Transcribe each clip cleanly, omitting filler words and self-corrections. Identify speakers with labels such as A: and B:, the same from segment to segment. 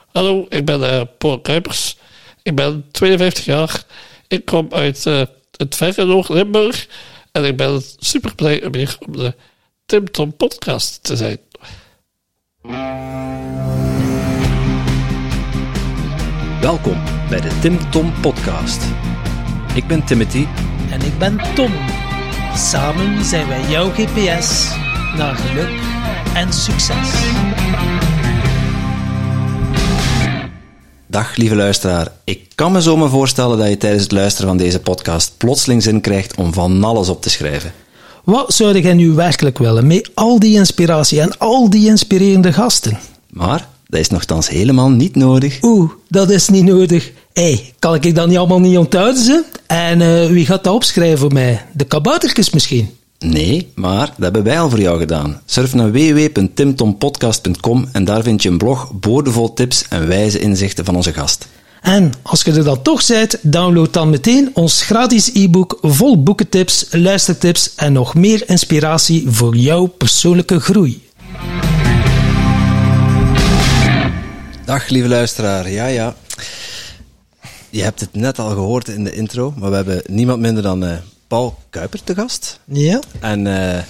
A: Hallo, ik ben Paul Kuipers. Ik ben 52 jaar. Ik kom uit het verre Noord-Limburg. En ik ben super blij om hier op de Tim Tom podcast te zijn.
B: Welkom bij de Tim Tom podcast. Ik ben Timothy.
C: En ik ben Tom. Samen zijn wij jouw GPS naar geluk en succes.
B: Dag lieve luisteraar. Ik kan me zomaar voorstellen dat je tijdens het luisteren van deze podcast plotseling zin krijgt om van alles op te schrijven.
C: Wat zou jij nu werkelijk willen met al die inspiratie en al die inspirerende gasten?
B: Maar dat is nogthans helemaal niet nodig.
C: Dat is niet nodig. Kan ik dat niet allemaal niet onthouden, ze? En wie gaat dat opschrijven voor mij? De kaboutertjes misschien?
B: Nee, maar dat hebben wij al voor jou gedaan. Surf naar www.timtompodcast.com en daar vind je een blog boordevol tips en wijze inzichten van onze gast.
C: En als je er dan toch bent, download dan meteen ons gratis e-book vol boekentips, luistertips en nog meer inspiratie voor jouw persoonlijke groei.
B: Dag lieve luisteraar, ja. Je hebt het net al gehoord in de intro, maar we hebben niemand minder dan Paul Kuipers te gast.
C: Ja.
B: En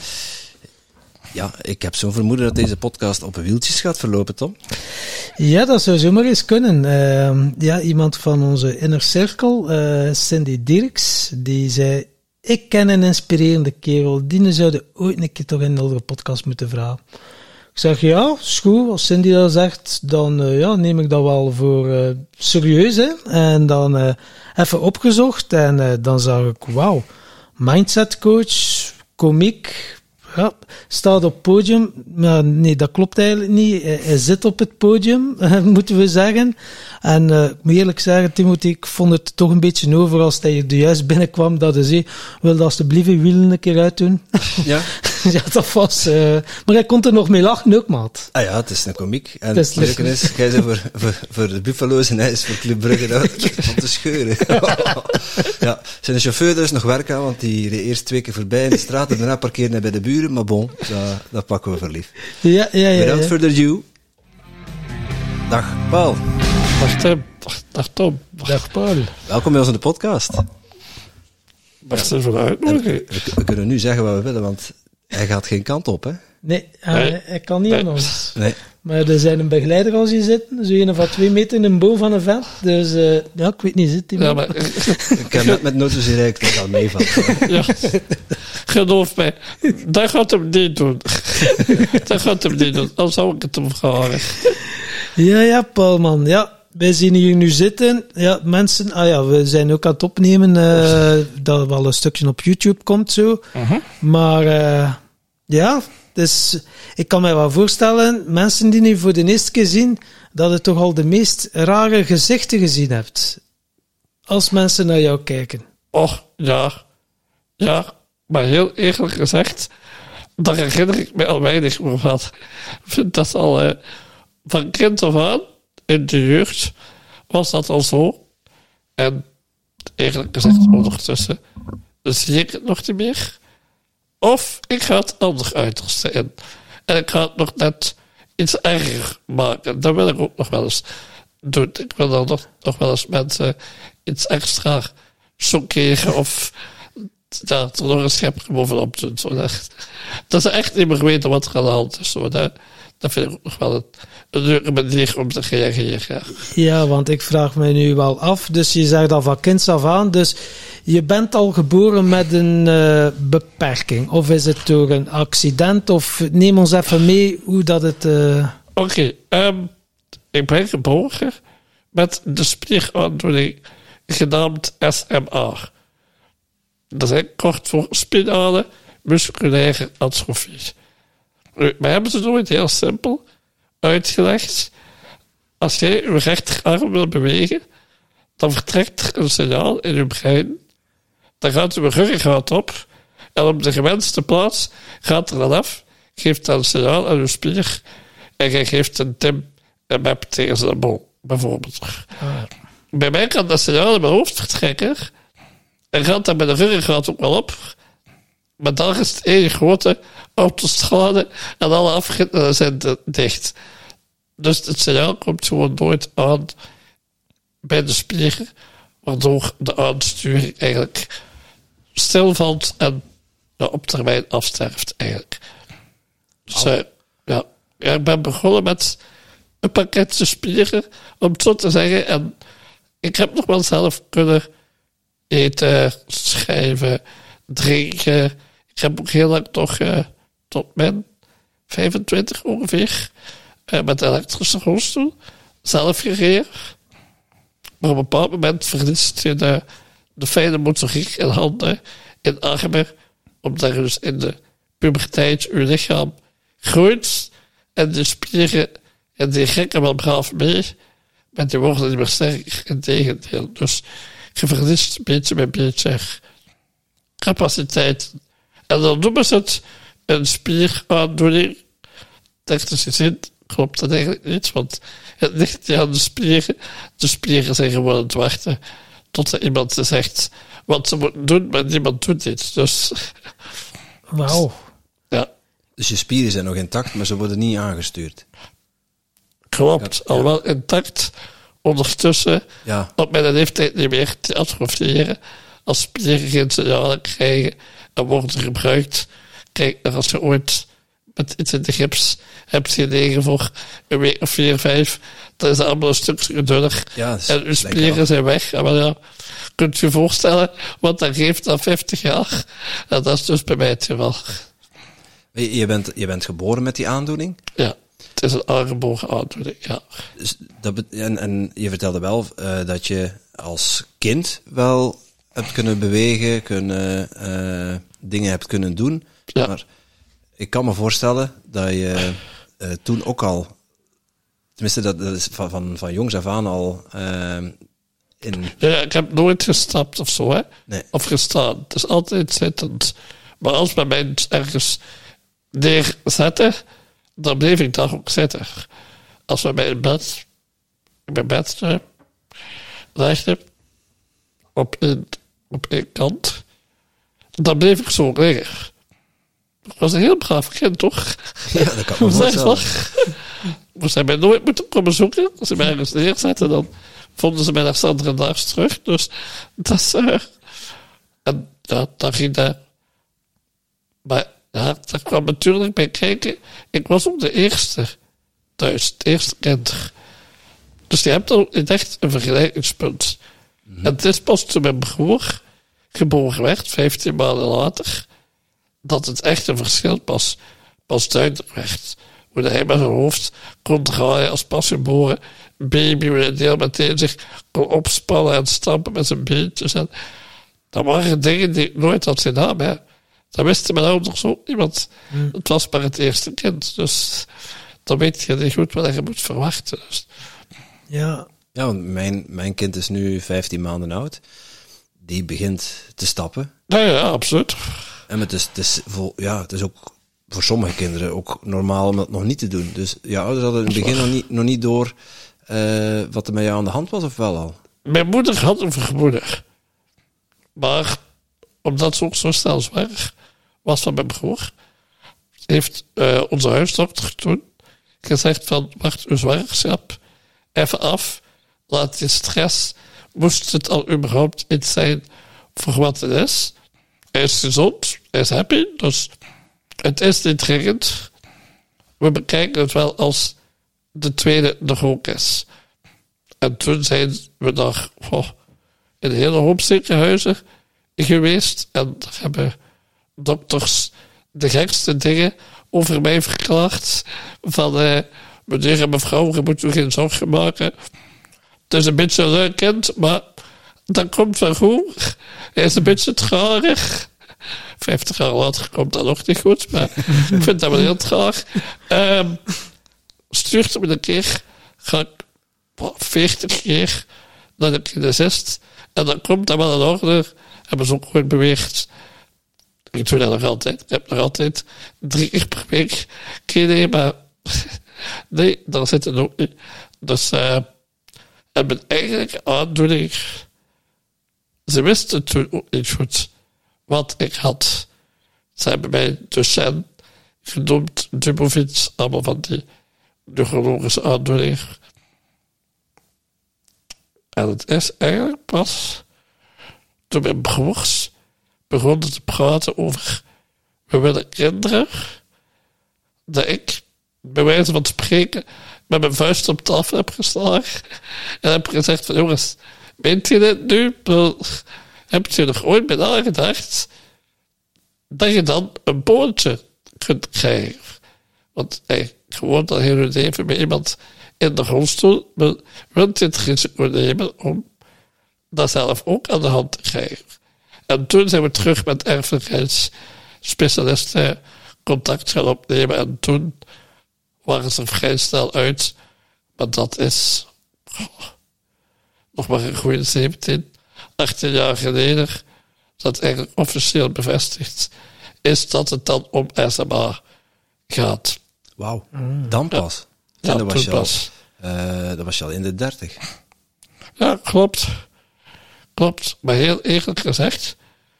B: ik heb zo'n vermoeden dat deze podcast op wieltjes gaat verlopen, Tom.
C: Ja, dat zou zomaar eens kunnen. Iemand van onze inner circle, Cindy Dirks, die zei: ik ken een inspirerende kerel, die zouden ooit een keer toch in een andere podcast moeten vragen. Ik zeg, ja, is goed. Als Cindy dat zegt, dan neem ik dat wel voor serieus. Hè? En dan even opgezocht en dan zag ik, wauw, mindset coach, komiek, ja, staat op het podium. Maar nee, dat klopt eigenlijk niet. Hij zit op het podium, moeten we zeggen. En ik moet eerlijk zeggen, Timothy, ik vond het toch een beetje over als hij er juist binnenkwam dat hij zei, wil alsjeblieft je wielen een keer uitdoen? Ja. Ja, dat was... maar hij kon er nog mee lachen ook, maat.
B: Ah ja, het is een komiek. En het leuke is, jij bent voor de Buffalo's en hij is voor Club Brugge om te scheuren. Ja, zijn chauffeur dus nog werk aan, want die reed eerst 2 keer voorbij in de straat en daarna parkeerde hij bij de buren, maar bon, dat pakken we voor lief.
C: Ja.
B: Without further ado. Dag Paul.
A: Dag Tim. Dag Tom.
C: Dag Paul.
B: Welkom bij ons in de podcast.
A: Merci voor de uitnodiging.
B: We kunnen nu zeggen wat we willen, want hij gaat geen kant op, hè?
C: Nee, hij kan niet anders.
B: Nee.
C: Maar er zijn een begeleider als je zit, zo een van 2 meter in een boom van een vent. Dus ik weet niet, zit hij
A: ja, maar
B: ik heb net met noten direct dat al meevalt.
A: Ja, geloof mij, dat gaat hem niet doen. Dan zou ik het hem vragen.
C: Ja, Paul, man. Ja, wij zien hier nu zitten. Ja, mensen, we zijn ook aan het opnemen dat wel een stukje op YouTube komt, zo. Maar dus ik kan me wel voorstellen, mensen die nu voor de eerste keer zien, dat je toch al de meest rare gezichten gezien hebt. Als mensen naar jou kijken.
A: Och, ja, maar heel eerlijk gezegd, daar herinner ik me al weinig meer van. Ik vind dat al van kind af aan, in de jeugd, was dat al zo. En eerlijk gezegd, ondertussen zie ik het nog niet meer. Of ik ga het anders uiterste in. En ik ga het nog net iets erger maken. Dat wil ik ook nog wel eens doen. Ik wil dan nog wel eens mensen iets extra chockeren of er nog een schepje bovenop doen. Dat ze echt niet meer weten wat er aan de hand is. Dat vind ik ook nog wel een leuke manier om te reageren.
C: Ja, want ik vraag me nu wel af. Dus je zegt al van kinds af aan. Dus je bent al geboren met een beperking. Of is het door een accident? Of neem ons even mee hoe dat het...
A: Oké, ik ben geboren met de spieraandoening genaamd SMA. Dat is kort voor spinale musculaire atrofie. We hebben ze nooit heel simpel uitgelegd. Als jij je rechterarm wil bewegen, dan vertrekt er een signaal in je brein. Dan gaat je ruggengraat op. En op de gewenste plaats gaat er dan af. Geeft dan een signaal aan je spier. En jij geeft een tim en map tegen zijn bol, bijvoorbeeld. Bij mij kan dat signaal in mijn hoofd vertrekken. En gaat dat bij de ruggengraat ook wel op. Maar dan is het één grote autostrade en alle afritten zijn dicht. Dus het signaal komt gewoon nooit aan bij de spier, waardoor de aansturing eigenlijk stilvalt en op termijn afsterft eigenlijk. Dus ik ben begonnen met een pakketje spieren, om het zo te zeggen. En ik heb nog wel zelf kunnen eten, schrijven, drinken. Ik heb ook heel lang toch tot mijn 25 ongeveer met elektrische rolstoel zelf gereden. Maar op een bepaald moment verliest je de fijne motoriek in handen, in armen, omdat je dus in de puberteit je lichaam groeit en de spieren en die gekken wel braaf mee, maar die worden niet meer sterker, in tegendeel. Dus je verliest beetje bij beetje capaciteit. En dan noemen ze het een spieraandoening. Technische zin klopt dat eigenlijk niet, want het ligt niet aan de spieren. De spieren zijn gewoon aan het wachten tot er iemand zegt wat ze moeten doen, maar niemand doet dit. Dus,
C: wauw.
A: Ja.
B: Dus je spieren zijn nog intact, maar ze worden niet aangestuurd.
A: Klopt, al wel intact. Ondertussen, op mijn leeftijd niet meer te atroferen. Als spieren geen signalen krijgen en worden gebruikt. Kijk, als je ooit met iets in de gips hebt gelegen voor een week of 4, 5, dan is het allemaal een stukje dunner.
B: Ja,
A: en je spieren zijn weg. Maar ja, kunt je je voorstellen wat dat geeft na 50 jaar? En dat is dus bij mij het geval.
B: Je bent geboren met die aandoening?
A: Ja. Het is een aangeboren aandoening, ja.
B: Dus en je vertelde wel dat je als kind wel hebt kunnen bewegen, dingen hebt kunnen doen.
A: Ja.
B: Maar ik kan me voorstellen dat je toen ook al, tenminste dat is van jongs af aan al in...
A: Ja, ik heb nooit gestapt of zo, hè.
B: Nee.
A: Of gestaan. Het is altijd zittend. Maar als men mij ergens neerzetten, dan bleef ik daar ook zitten. Als we mij in mijn bed legden, op één kant, dan bleef ik zo liggen. Ik was een heel braaf kind, toch?
B: Ja, dat kan me voorstellen.
A: Ze hebben mij nooit moeten komen zoeken. Als ze mij ergens neerzetten, dan vonden ze mij naar andere daags terug. Dus dat is... en ja, daar ging dat... Maar ja, daar kwam natuurlijk bij kijken. Ik was ook de eerste thuis, het eerste kind. Dus je hebt al echt een vergelijkingspunt. Mm-hmm. En het is pas toen mijn broer geboren werd, 15 maanden later, dat het echt een verschil pas duidelijk werd. Hoe hij met zijn hoofd kon draaien als pas geboren baby, hoe hij heel meteen zich kon opspannen en stampen met zijn beentjes. En dat waren dingen die ik nooit had gedaan, hè. Dat wisten mijn ouders ook niet, want het was maar het eerste kind. Dus dan weet je niet goed wat je moet verwachten. Dus.
B: Ja, want mijn kind is nu 15 maanden oud. Die begint te stappen.
A: Ja, absoluut.
B: En het is ook voor sommige kinderen ook normaal om dat nog niet te doen. Dus je ouders hadden in het begin nog niet door wat er met jou aan de hand was, of wel al?
A: Mijn moeder had een vermoeden. Maar omdat ze ook zo snel zwanger was van mijn broer, heeft onze huisdokter toen gezegd van, wacht uw zwangerschap even af, laat je stress, moest het al überhaupt iets zijn voor wat het is. Hij is gezond, hij is happy, dus het is niet dringend. We bekijken het wel als de tweede er ook is. En toen zijn we daar in een hele hoop ziekenhuizen geweest en daar hebben dokters de gekste dingen over mij verklaard. Van, meneer en mevrouw, je moet u geen zorgen maken. Het is een beetje een leuk kind, maar dat komt wel goed. Hij is een beetje trager. 50 jaar later komt dat nog niet goed, maar ik vind dat wel heel traag. Stuurt me een keer, ga ik 40 keer naar de kinesist en dan komt dat wel in orde. Hebben ze ook ooit beweerd. Ik doe dat nog altijd. Ik heb nog altijd 3 keer per week kine, maar nee, daar zit het ook niet. Dus en mijn eigenlijke aandoening, ze wisten toen ook niet goed wat ik had. Ze hebben mij Duchenne genoemd, Dubovitz, allemaal van die neurologische aandoening. En het is eigenlijk pas toen mijn broers begonnen te praten over we willen kinderen, dat ik bij wijze van spreken met mijn vuist op tafel heb geslagen en heb gezegd van jongens, meent je dit nu? Heb je nog ooit bij nagedacht dat je dan een boontje kunt krijgen? Want gewoon al heel je leven met iemand in de rolstoel, wilt je het risico nemen om dat zelf ook aan de hand te krijgen. En toen zijn we terug met erfelijkheidsspecialisten contact gaan opnemen en toen waren ze er vrij snel uit. Maar dat is nog maar een goede 17, 18 jaar geleden dat eigenlijk officieel bevestigd is dat het dan om SMA gaat.
B: Wauw, dan pas.
A: Ja,
B: en
A: dat
B: was je al in de 30.
A: Ja, klopt. Klopt. Maar heel eerlijk gezegd,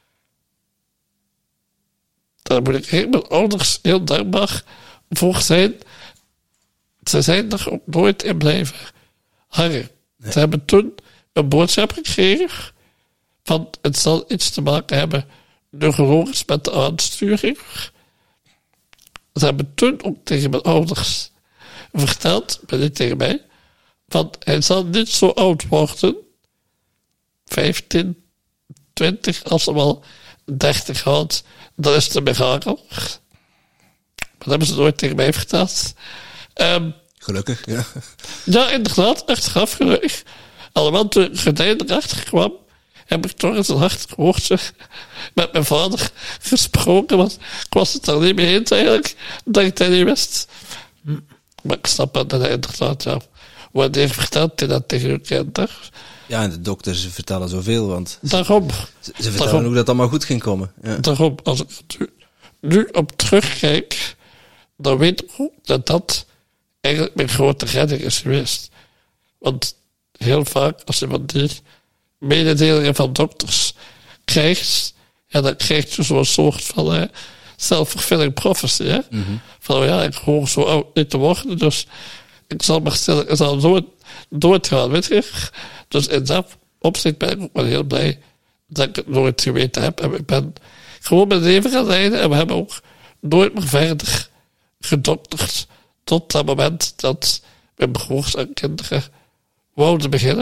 A: daar moet ik mijn ouders heel dankbaar voor zijn. Ze zijn er ook nooit in blijven hangen. Nee. Ze hebben toen een boodschap gekregen van het zal iets te maken hebben neurologisch met de aansturing. Ze hebben toen ook tegen mijn ouders verteld, maar niet tegen mij, van hij zal niet zo oud worden, 15, 20, als hij al 30 houdt, dan is het een mirakel. Dat hebben ze nooit tegen mij verteld.
B: Gelukkig, ja.
A: Ja, inderdaad, achteraf gelukkig. Allemaal toen ik gordijn erachter kwam, heb ik toch eens een hard woordje met mijn vader gesproken, want ik was het er niet mee eens eigenlijk, dat ik dat niet wist. Maar ik snap dat hij inderdaad, ja. Wanneer vertelt hij dat tegen uw kinderen?
B: Ja, en de dokters vertellen zoveel, want
A: daarom,
B: ze vertellen ook dat het allemaal goed ging komen. Ja.
A: Daarom, als ik nu op terugkijk, dan weet ik ook dat dat eigenlijk mijn grote redding is geweest. Want heel vaak, als je van die mededelingen van dokters krijgt, ja, dan krijg je zo'n soort van self-fulfilling prophecy. Hè? Mm-hmm. Van ja, ik hoor zo oud niet te worden, dus ik zal maar stil, ik zal doodgaan, weet je. Dus in dat opzicht ben ik ook wel heel blij dat ik het nooit geweten heb. En ik ben gewoon mijn leven gaan leiden en we hebben ook nooit meer verder gedokterd tot dat moment dat mijn broers en kinderen wouden beginnen.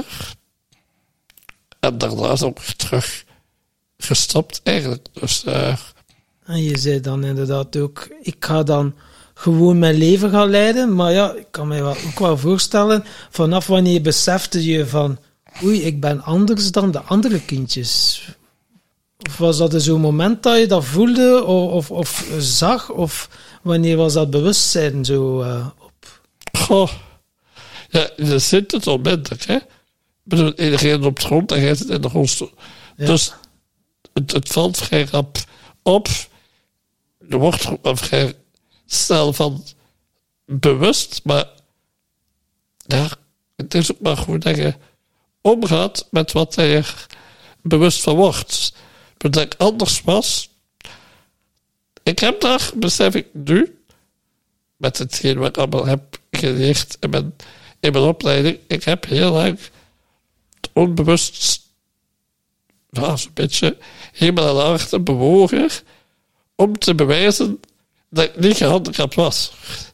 A: En daarna is ook weer terug gestopt eigenlijk. Dus,
C: En je zei dan inderdaad ook, ik ga dan gewoon mijn leven gaan leiden. Maar ja, ik kan me ook wel voorstellen, vanaf wanneer besefte je van, oei, ik ben anders dan de andere kindjes. Of was dat zo'n moment dat je dat voelde of zag? Of wanneer was dat bewustzijn zo op?
A: Goh, ja, je zit het onmiddellijk, hè. Ik bedoel, iedereen op de grond en jij zit in de rolstoel. Ja. Dus het valt vrij rap op. Er wordt er ook wel vrij snel van bewust, maar ja, het is ook maar goed dat je omgaat met wat je er bewust van wordt. Dat ik anders was. Ik heb daar, besef ik nu, met hetgeen wat ik allemaal heb geleerd in mijn opleiding, ik heb heel lang onbewust, ja, zo'n beetje, helemaal aan achter bewogen om te bewijzen dat ik niet gehandicapt was.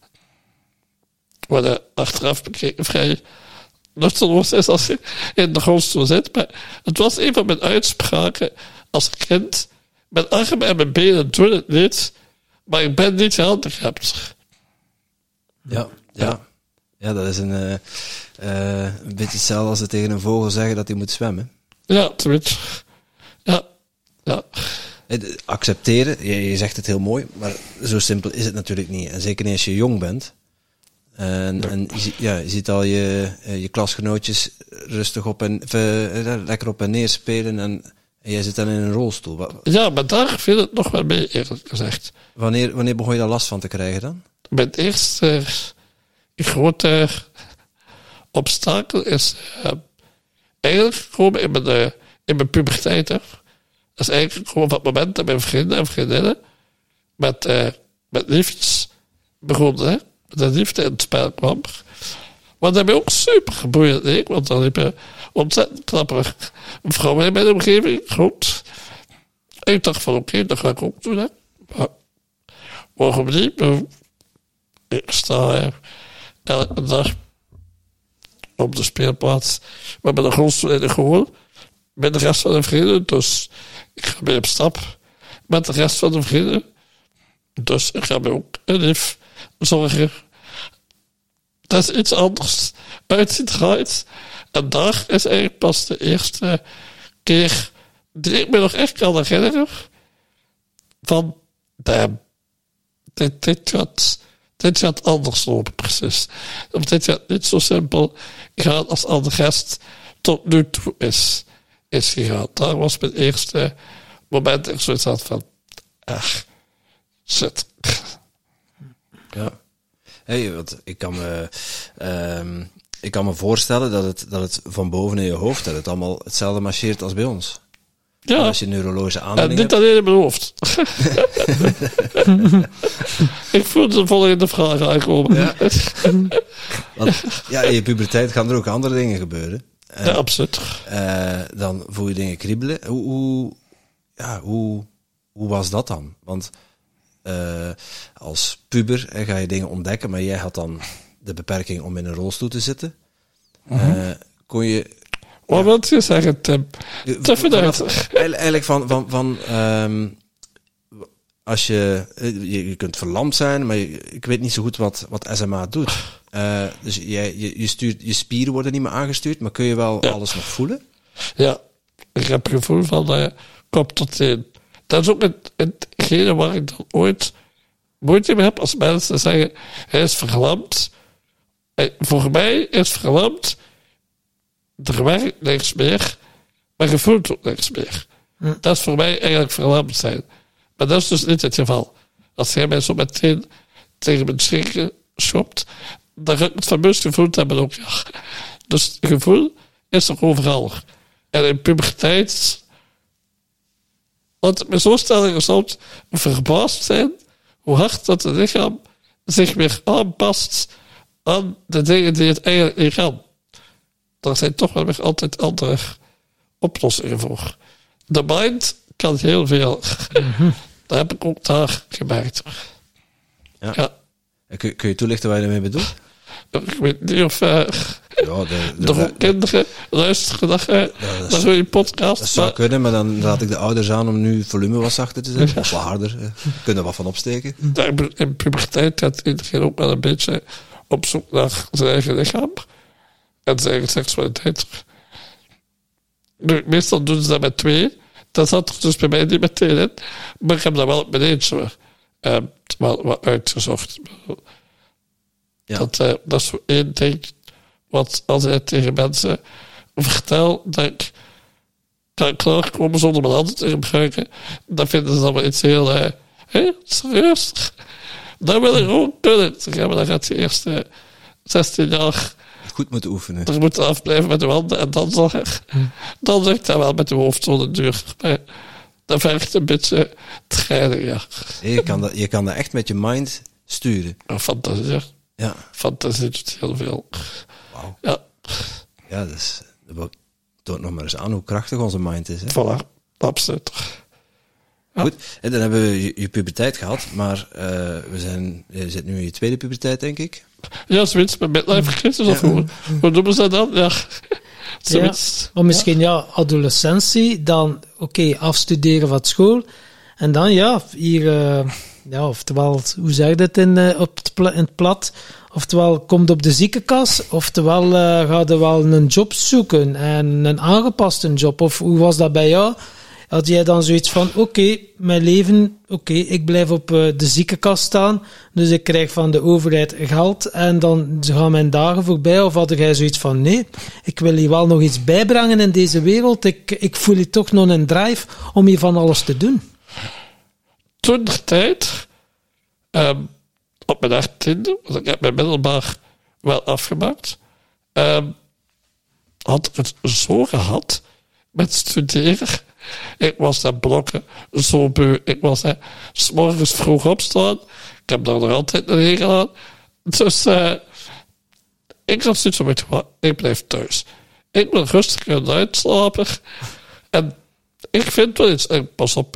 A: Wat achteraf bekeken vrij nutteloos is als je in de rolstoel zit. Maar het was een van mijn uitspraken als kind. Mijn armen en mijn benen doen het niet, maar ik ben niet gehandicapt.
B: Ja, dat is een beetje hetzelfde als ze tegen een vogel zeggen dat hij moet zwemmen.
A: Ja, tenminste. Ja.
B: Accepteren, je zegt het heel mooi, maar zo simpel is het natuurlijk niet. En zeker niet als je jong bent. En je ziet al je klasgenootjes rustig lekker op en neer spelen en jij zit dan in een rolstoel.
A: Ja, maar daar viel het nog wel mee, eerlijk gezegd.
B: Wanneer begon je daar last van te krijgen dan?
A: Mijn eerste grote obstakel is eigenlijk gekomen in mijn puberteit. Hè. Dat is eigenlijk gewoon van het moment dat mijn vrienden en vriendinnen met liefdes begonnen. Hè. de liefde in het spel kwam. Wat dat mij ook super geboeid leek, want dan heb je ontzettend knappe vrouwen in mijn omgeving. Goed. Ik dacht van oké, dat ga ik ook doen. Hè. Maar waarom niet? Ik sta elke dag op de speelplaats met mijn rolstoel in de goal. Met de rest van de vrienden. Dus ik ga mee op stap met de rest van de vrienden. Dus ik ga me ook lief zorgen. Dat is iets anders uitziet eruit. En daar is eigenlijk pas de eerste keer die ik me nog echt kan herinneren van dit gaat anders lopen precies. Of dit gaat niet zo simpel gaan als al de rest tot nu toe is gegaan. Daar was mijn eerste moment dat ik zoiets had van shit.
B: Ja. Hey, wat ik kan me voorstellen dat het van boven in je hoofd, dat het allemaal hetzelfde marcheert als bij ons.
A: Ja.
B: Als je neurologische aandoening
A: hebt. En niet alleen in mijn hoofd. Ik voel de volgende vraag aankomen.
B: Ja. Want, in je puberteit gaan er ook andere dingen gebeuren.
A: Ja, absoluut.
B: Dan voel je dingen kriebelen. Hoe was dat dan? Want als puber ga je dingen ontdekken, maar jij had dan de beperking om in een rolstoel te zitten. Kon je...
A: Wat wil je zeggen, Tim?
B: Eigenlijk van als je kunt verlamd zijn, maar ik weet niet zo goed wat SMA doet. Dus je spieren worden niet meer aangestuurd, maar kun je wel alles nog voelen?
A: Ja, ik heb het gevoel van kop tot teen. Dat is ook hetgene waar ik dan ooit moeite mee heb als mensen zeggen, hij is verlamd. Voor mij is verlamd, er werkt niks meer, maar je voelt ook niks meer. Dat is voor mij eigenlijk verlamd zijn. Maar dat is dus niet het geval. Als jij mij zo meteen tegen mijn schrikken schopt, dan ga ik het fameus gevoel hebben ook. Ja. Dus het gevoel is er overal. En in puberteit, want het me zo stel je zult verbaasd zijn hoe hard dat het lichaam zich weer aanpast aan de dingen die het eigenlijk niet kan. Er zijn toch wel weer altijd andere oplossingen voor. De mind kan heel veel. Dat heb ik ook daar gemerkt.
B: Ja. Kun je toelichten wat je ermee bedoelt?
A: Ik weet niet of de kinderen luisteren naar je podcast.
B: Dat zou kunnen, maar dan raad ik de ouders aan om nu het volume wat zachter te zetten. Of wat harder. Kunnen er wat van opsteken.
A: In puberteit gaat iedereen ook wel een beetje op zoek naar zijn eigen lichaam. En zijn eigen seksualiteit. Nu, meestal doen ze dat met twee. Dat zat er dus bij mij niet meteen in. Maar ik heb dat wel op mijn eentje wat uitgezocht. Ja. Dat is zo één ding wat als ik tegen mensen vertel dat ik kan klaarkomen zonder mijn handen te gebruiken, dan vinden ze dat wel iets heel serieus. Dat wil ik ook kunnen. Dan gaat je eerst 16 jaar
B: goed moeten oefenen.
A: Er moeten afblijven met de handen en dan zeg ik dat wel met de hoofd zo de deur. Maar dat vergt een beetje training, ja.
B: Je kan dat echt met je mind sturen.
A: Fantasie,
B: ja.
A: Fantasie doet heel veel.
B: Wauw.
A: Ja.
B: Ja, dat toont nog maar eens aan hoe krachtig onze mind is. Hè?
A: Voilà, absoluut. Ja.
B: Goed, en dan hebben we je puberteit gehad, maar je zit nu in je tweede puberteit, denk ik.
A: Ja, zoiets met midlife crisis, of hoe noemen ze dat dan? Ja.
C: Zoiets. Maar misschien adolescentie, dan afstuderen van school, en dan hier, oftewel, hoe zeg je het in het plat, oftewel komt op de ziekenkas, oftewel gaat er wel een job zoeken, en een aangepaste job, of hoe was dat bij jou? Had jij dan zoiets van, mijn leven, ik blijf op de ziekenkast staan, dus ik krijg van de overheid geld en dan gaan mijn dagen voorbij? Of had jij zoiets van, nee, ik wil hier wel nog iets bijbrengen in deze wereld, ik voel hier toch nog een drive om hier van alles te doen?
A: Toen de tijd, op mijn 18e, want ik heb mijn middelbaar wel afgemaakt, had ik het zo gehad met studeren. Ik was dat blokken zo beu. Ik was 's morgens vroeg opstaan. Ik heb daar nog altijd een regel aan. Dus ik had zoiets van, ik blijf thuis. Ik ben rustig en uitslapen. En ik vind wel iets. En pas op,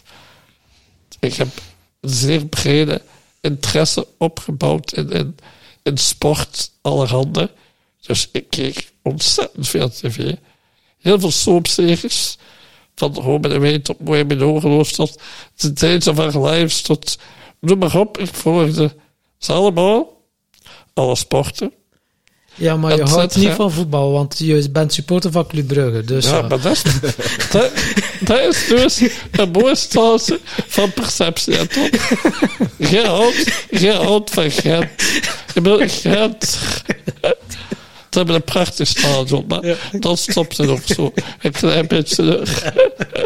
A: ik heb een zeer brede interesse opgebouwd in sport, allerhande. Dus ik keek ontzettend veel tv. Heel veel soapseries. Van Home and Away tot Mooi Medogeloos tot de Days of Our Lives tot noem maar op. Ik volgde ze allemaal. Alle sporten.
C: Ja, maar je houdt niet van voetbal, want je bent supporter van Club Brugge. Dus,
A: ja, maar dat is dus een mooie staaltje van perceptie. En toch, jij houdt van Gent. Je bedoelt Gent. Ze hebben een prachtig stadion, maar dan stopt het ook zo een klein beetje er.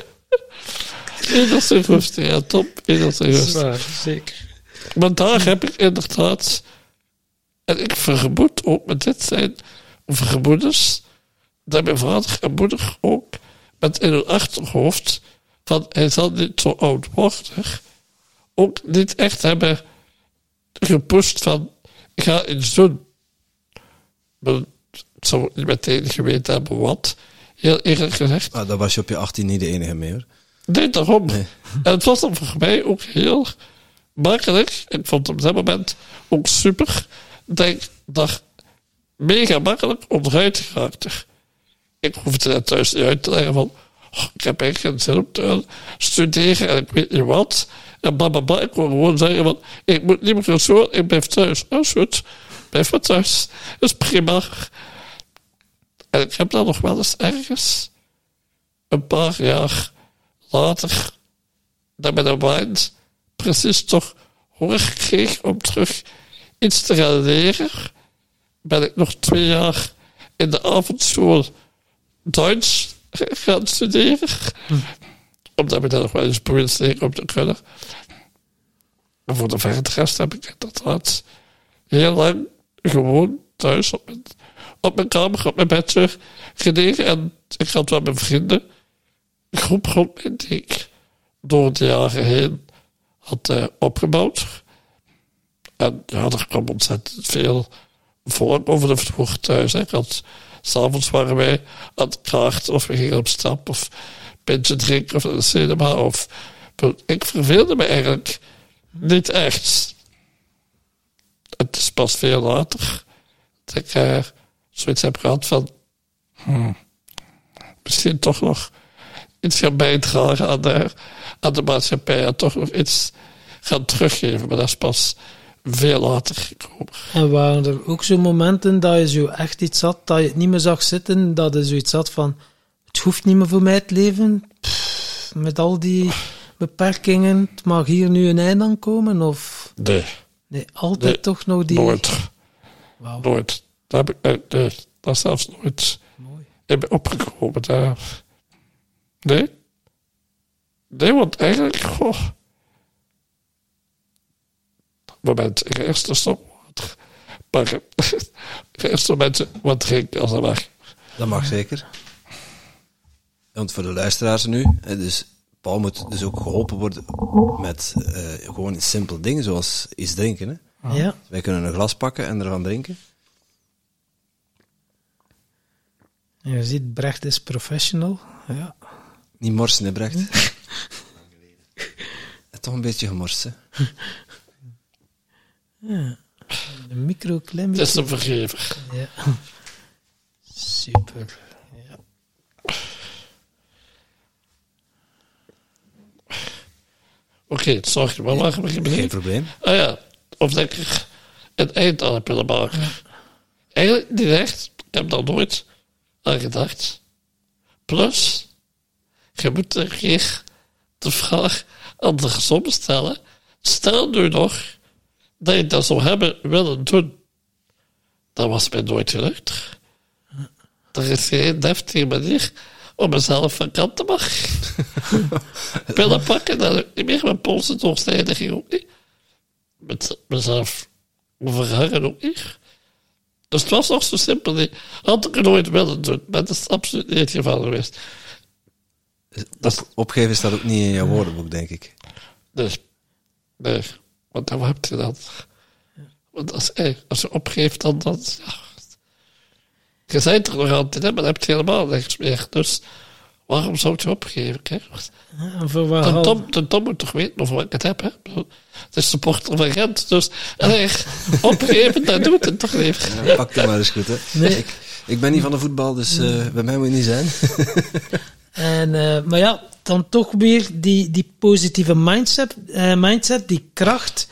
A: Iedereen rustig, ja, top. Iedereen rustig.
C: Zwaar, zeker.
A: Maar daar heb ik inderdaad... En ik vermoed ook met dit zijn vermoedens... dat mijn vader en moeder ook met in hun achterhoofd... van hij zal niet zo oud worden... ook niet echt hebben gepusht van... ik ga iets doen. Maar ik zou niet meteen geweten hebben wat. Heel eerlijk gezegd.
B: Ah, daar was je op je 18 niet de enige mee, hoor.
A: Nee, daarom. Nee. En het was dan voor mij ook heel makkelijk. Ik vond het op dat moment ook super... dat ik daar mega makkelijk onderuit geraakte. Ik hoefde net thuis niet uit te leggen van... ik heb eigenlijk geen zin om te studeren en ik weet niet wat. En blablabla. Ik kon gewoon zeggen van... ik moet niet meer naar school, ik blijf thuis. Oh, goed. Blijf maar thuis. Dat is prima. En ik heb dan nog wel eens ergens... een paar jaar later... dat met een mind precies toch honger kreeg om terug... iets te gaan leren, ben ik nog 2 jaar in de avondschool Duits gaan studeren. Omdat ik daar nog wel eens probeerde om te kunnen. En voor de verder rest heb ik inderdaad heel lang gewoon thuis op mijn kamer, op mijn bedje gelegen. En ik had wel mijn vrienden, een groep rond me die ik door de jaren heen had opgebouwd. En ja, er kwam ontzettend veel voor over de vloer thuis. S'avonds waren wij aan het kaarten of we gingen op stap of een pintje drinken of naar de cinema. Ik verveelde me eigenlijk niet echt. Het is pas veel later dat ik zoiets heb gehad van... misschien toch nog iets gaan bijdragen aan de maatschappij en toch nog iets gaan teruggeven. Maar dat is pas... veel later gekomen.
C: En waren er ook zo momenten dat je zo echt iets had, dat je het niet meer zag zitten, dat je zoiets had van, het hoeft niet meer voor mij het leven, met al die beperkingen, het mag hier nu een einde aan komen, of... Nee, altijd nee, toch nog die...
A: Nooit. Wow. Nooit. Dat heb ik dat is zelfs nooit in opgekomen. Daar. Nee, want eigenlijk... moment, ik ga eerst een stop pakken. Ik ga eerst een moment wat drinken als dat mag.
B: Dat mag zeker. Want voor de luisteraars nu, dus Paul moet dus ook geholpen worden met gewoon simpele dingen, zoals iets drinken. Hè?
C: Ja.
B: Wij kunnen een glas pakken en ervan drinken.
C: Je ziet, Brecht is professional. Ja.
B: Niet morsen, hè, Brecht? Toch een beetje gemorst, hè?
C: Ja, een micro-klein beetje.
A: Het is een vergever.
C: Ja. Super. Ja.
A: Oké, sorry, maar mag ik beginnen?
B: Geen probleem.
A: Ah ja, of dat ik een eind aan heb willen maken. Ja. Eigenlijk niet echt. Ik heb daar nooit aan gedacht. Plus, je moet een keer de vraag andersom stellen. Stel nu nog dat je dat zou hebben willen doen. Dat was mij nooit gelukt. Er is geen deftige manier om mezelf van kant te maken. Pillen pakken, dat ook niet meer. Mijn polsen doorsnijden ging ook niet. Met mezelf verhangen ook niet. Dus het was nog zo simpel. Die had ik nooit willen doen. Maar dat is absoluut niet het geval geweest.
B: Opgeven staat ook niet in jouw woordenboek, denk ik.
A: Nee. Want dan heb je dat. Want als je opgeeft, dan ja. Je bent er nog altijd, hè, maar dan heb je helemaal niks meer. Dus waarom zou je opgeven? Kijk? De Tom moet toch weten of ik het heb, hè? Het is supporter van Gent, dus opgeven, dat doet het toch even.
B: Ja, pak het maar eens goed, hè. Nee. Ik ben niet van de voetbal, dus bij mij moet je niet zijn.
C: Maar ja, dan toch weer die positieve mindset, die kracht.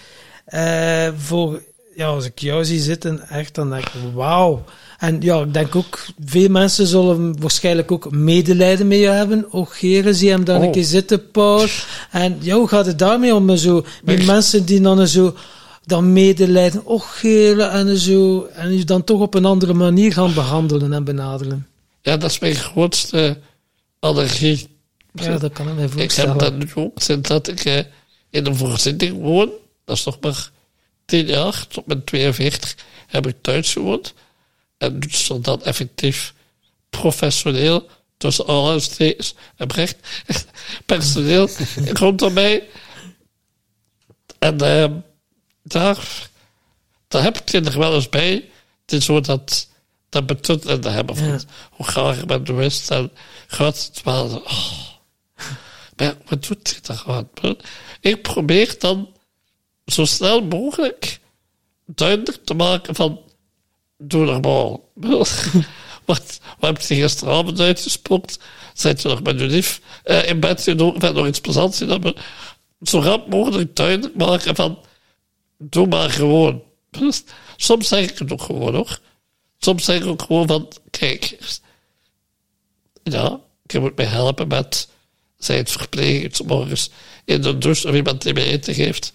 C: Als ik jou zie zitten, echt, dan denk ik, wauw. En ja, ik denk ook, veel mensen zullen waarschijnlijk ook medelijden met je hebben. Och, heren, zie hem dan een keer zitten, Paul. En ja, hoe gaat het daarmee om? Zo, met mensen die dan zo, dan medelijden, och, heren, en zo. En je dan toch op een andere manier gaan behandelen en benaderen.
A: Ja, dat is mijn grootste allergie.
C: Ja, dat kan ik me voorstellen.
A: Ik heb dat nu ook, sinds dat ik in een voorzitting woon. Dat is nog maar 10 jaar, tot mijn 42, heb ik thuis gewoond. En dus dan effectief professioneel, tussen aanhalingstekens en recht, personeel rondom mij. En daar heb ik het er wel eens bij. Het is zo dat betuttelende hebben van hoe graag ik ben geweest en gaat het wel. Maar wat doet je daar aan? Ik probeer dan zo snel mogelijk duidelijk te maken van doe normaal. Wat heb je gisteravond uitgesproken? Zet je nog met je lief in bed genomen en nog iets plezants in hebben? Zo rap mogelijk duidelijk maken van doe maar gewoon. Soms zeg ik het ook gewoon, hoor. Soms zeg ik ook gewoon van kijk, ja, je moet mij helpen met zij het verpleegd 's morgens in de douche of iemand die mij eten geeft.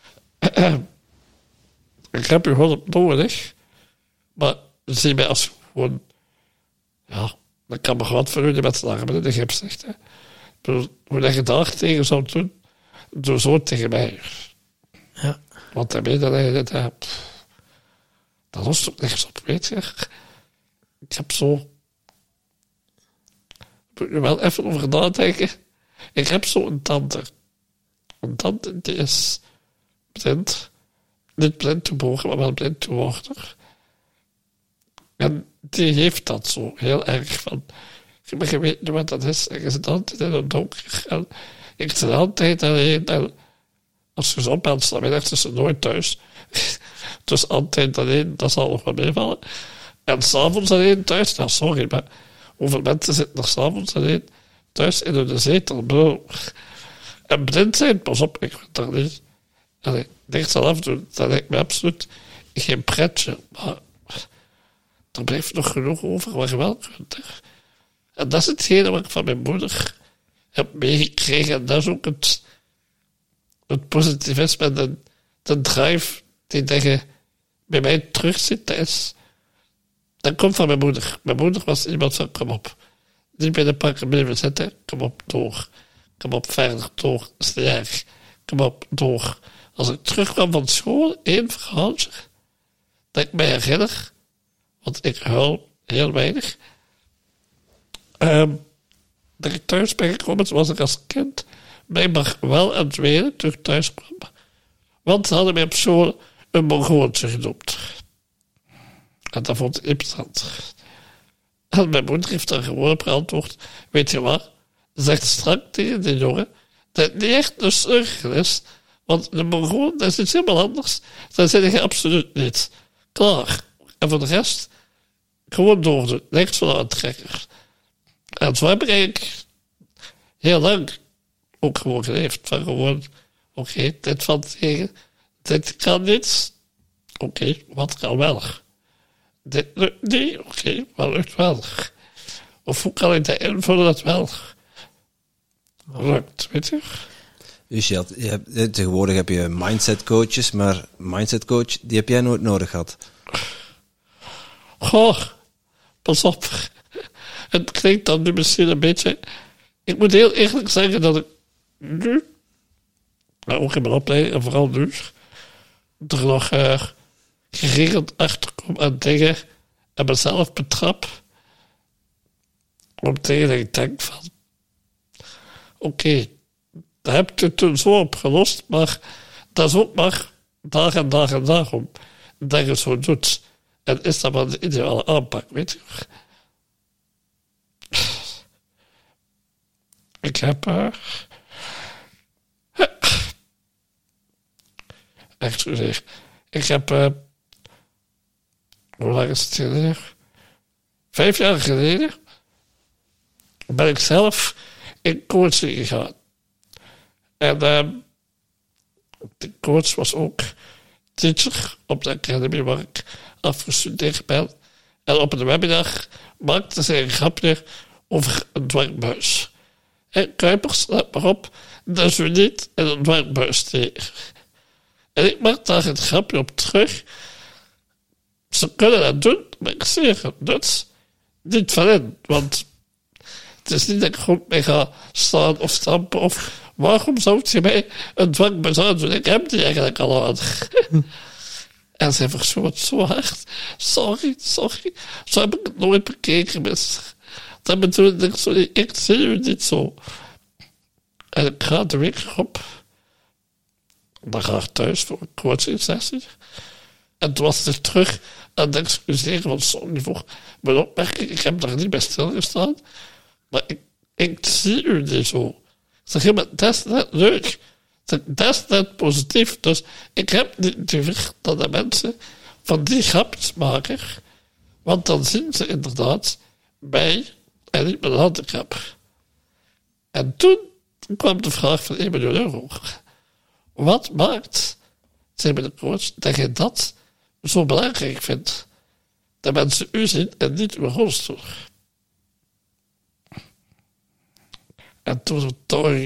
A: Ik heb je hulp nodig, maar zie mij als gewoon, ja, dat kan me wat voor u die met zijn armen in de gips zegt. Hè. Hoe dat je daar tegen zou doen, doe zo tegen mij.
C: Ja.
A: Want daarmee dat lost ook niks op, weet je. Ik heb zo, ik moet er wel even over nadenken. Ik heb zo een tante. Een tante die is blind. Niet blind geboren, maar wel blind geworden. En die heeft dat zo heel erg van. Maar je weet niet wat dat is. En je zit altijd in het donker. En ik zit altijd alleen. En als je zo bent, dan is ze nooit thuis. Dus altijd alleen, dat zal nog wel meevallen. En s'avonds alleen thuis. Nou, sorry, maar hoeveel mensen zitten nog s'avonds alleen thuis in hun zetel? Bro. En blind zijn, pas op, ik weet dat niet. Allee, niks aan afdoen, dat lijkt me absoluut geen pretje. Maar er blijft nog genoeg over wat je wel kunt. En dat is hetgene wat ik van mijn moeder heb meegekregen. En dat is ook het positivisme en de drive die je bij mij terugzit. Dat komt van mijn moeder. Mijn moeder was iemand van, kom op. Niet bij de pakken blijven zitten. Kom op, door. Kom op, verder, door. Dat is niet erg. Kom op, door. Als ik terugkwam van school, 1 verhaaltje, dat ik mij herinner, want ik huil heel weinig, dat ik thuis ben gekomen, was ik als kind, mij maar wel aan het wenen toen ik thuis kwam. Want ze hadden mij op school een Mongooltje genoemd. En dat vond ik interessant. En mijn moeder heeft daar gewoon op geantwoord, weet je wat, zegt strak tegen die jongen, dat het niet echt een surgel is, want de Mongool, dat is iets helemaal anders. Dat zeg je absoluut niet. Klaar. En voor de rest, gewoon doordoen. Niks van aantrekker. En zo heb ik eigenlijk heel lang ook gewoon geleefd. Van gewoon, oké, dit valt tegen. Dit kan niet. Oké, wat kan wel? Dit lukt niet. Oké, wat lukt wel? Of hoe kan ik dat invullen dat wel lukt, weet je?
B: Dus tegenwoordig heb je mindset coaches, maar mindset coach, die heb jij nooit nodig gehad.
A: Goh, pas op. Het klinkt dan nu misschien een beetje. Ik moet heel eerlijk zeggen dat ik nu, maar ook in mijn opleiding en vooral nu, er nog geregeld achter kom aan dingen en mezelf betrap. Om tegen dat ik denk van, oké, dat heb je toen zo opgelost, maar dat is ook maar daar en daar en daarom. dat je zo doet. En is dat wel de ideale aanpak, weet je? Ik heb... excuseer. Ik heb... hoe lang is het geleden? 5 jaar geleden ben ik zelf in coaching gegaan. En de coach was ook teacher op de academie waar ik afgestudeerd ben. En op een webinar maakte zij een grapje over een dwangbuis. En Kuipers, let maar op, dat is u niet in een dwangbuis tegen. En ik maak daar een grapje op terug. Ze kunnen dat doen, maar ik zeg het dus niet van in. Want het is niet dat ik goed mee ga staan of stampen. Of waarom zou je mij een dwangbuis aandoen? Ik heb die eigenlijk al aan. En zij verschoot zo hard. Sorry. Zo heb ik het nooit bekeken, mister. Dat bedoelde ik zo niet. Ik zie u niet zo. En ik ga de week op. Dan ga ik thuis voor een coaching sessie. En toen was ik terug aan het excuseren van sorry voor mijn opmerking. Ik heb daar niet bij stilgestaan. Maar ik zie u niet zo. Ik zeg, ja, maar dat is net leuk. Ik zeg, dat is net positief. Dus ik heb niet liever dat de mensen van die grapjes maken. Want dan zien ze inderdaad mij en niet mijn handicap. En toen kwam de vraag van 1 miljoen euro. Wat maakt, zei de coach, dat je dat zo belangrijk vindt? Dat mensen u zien en niet uw rolstoel. En toen zo,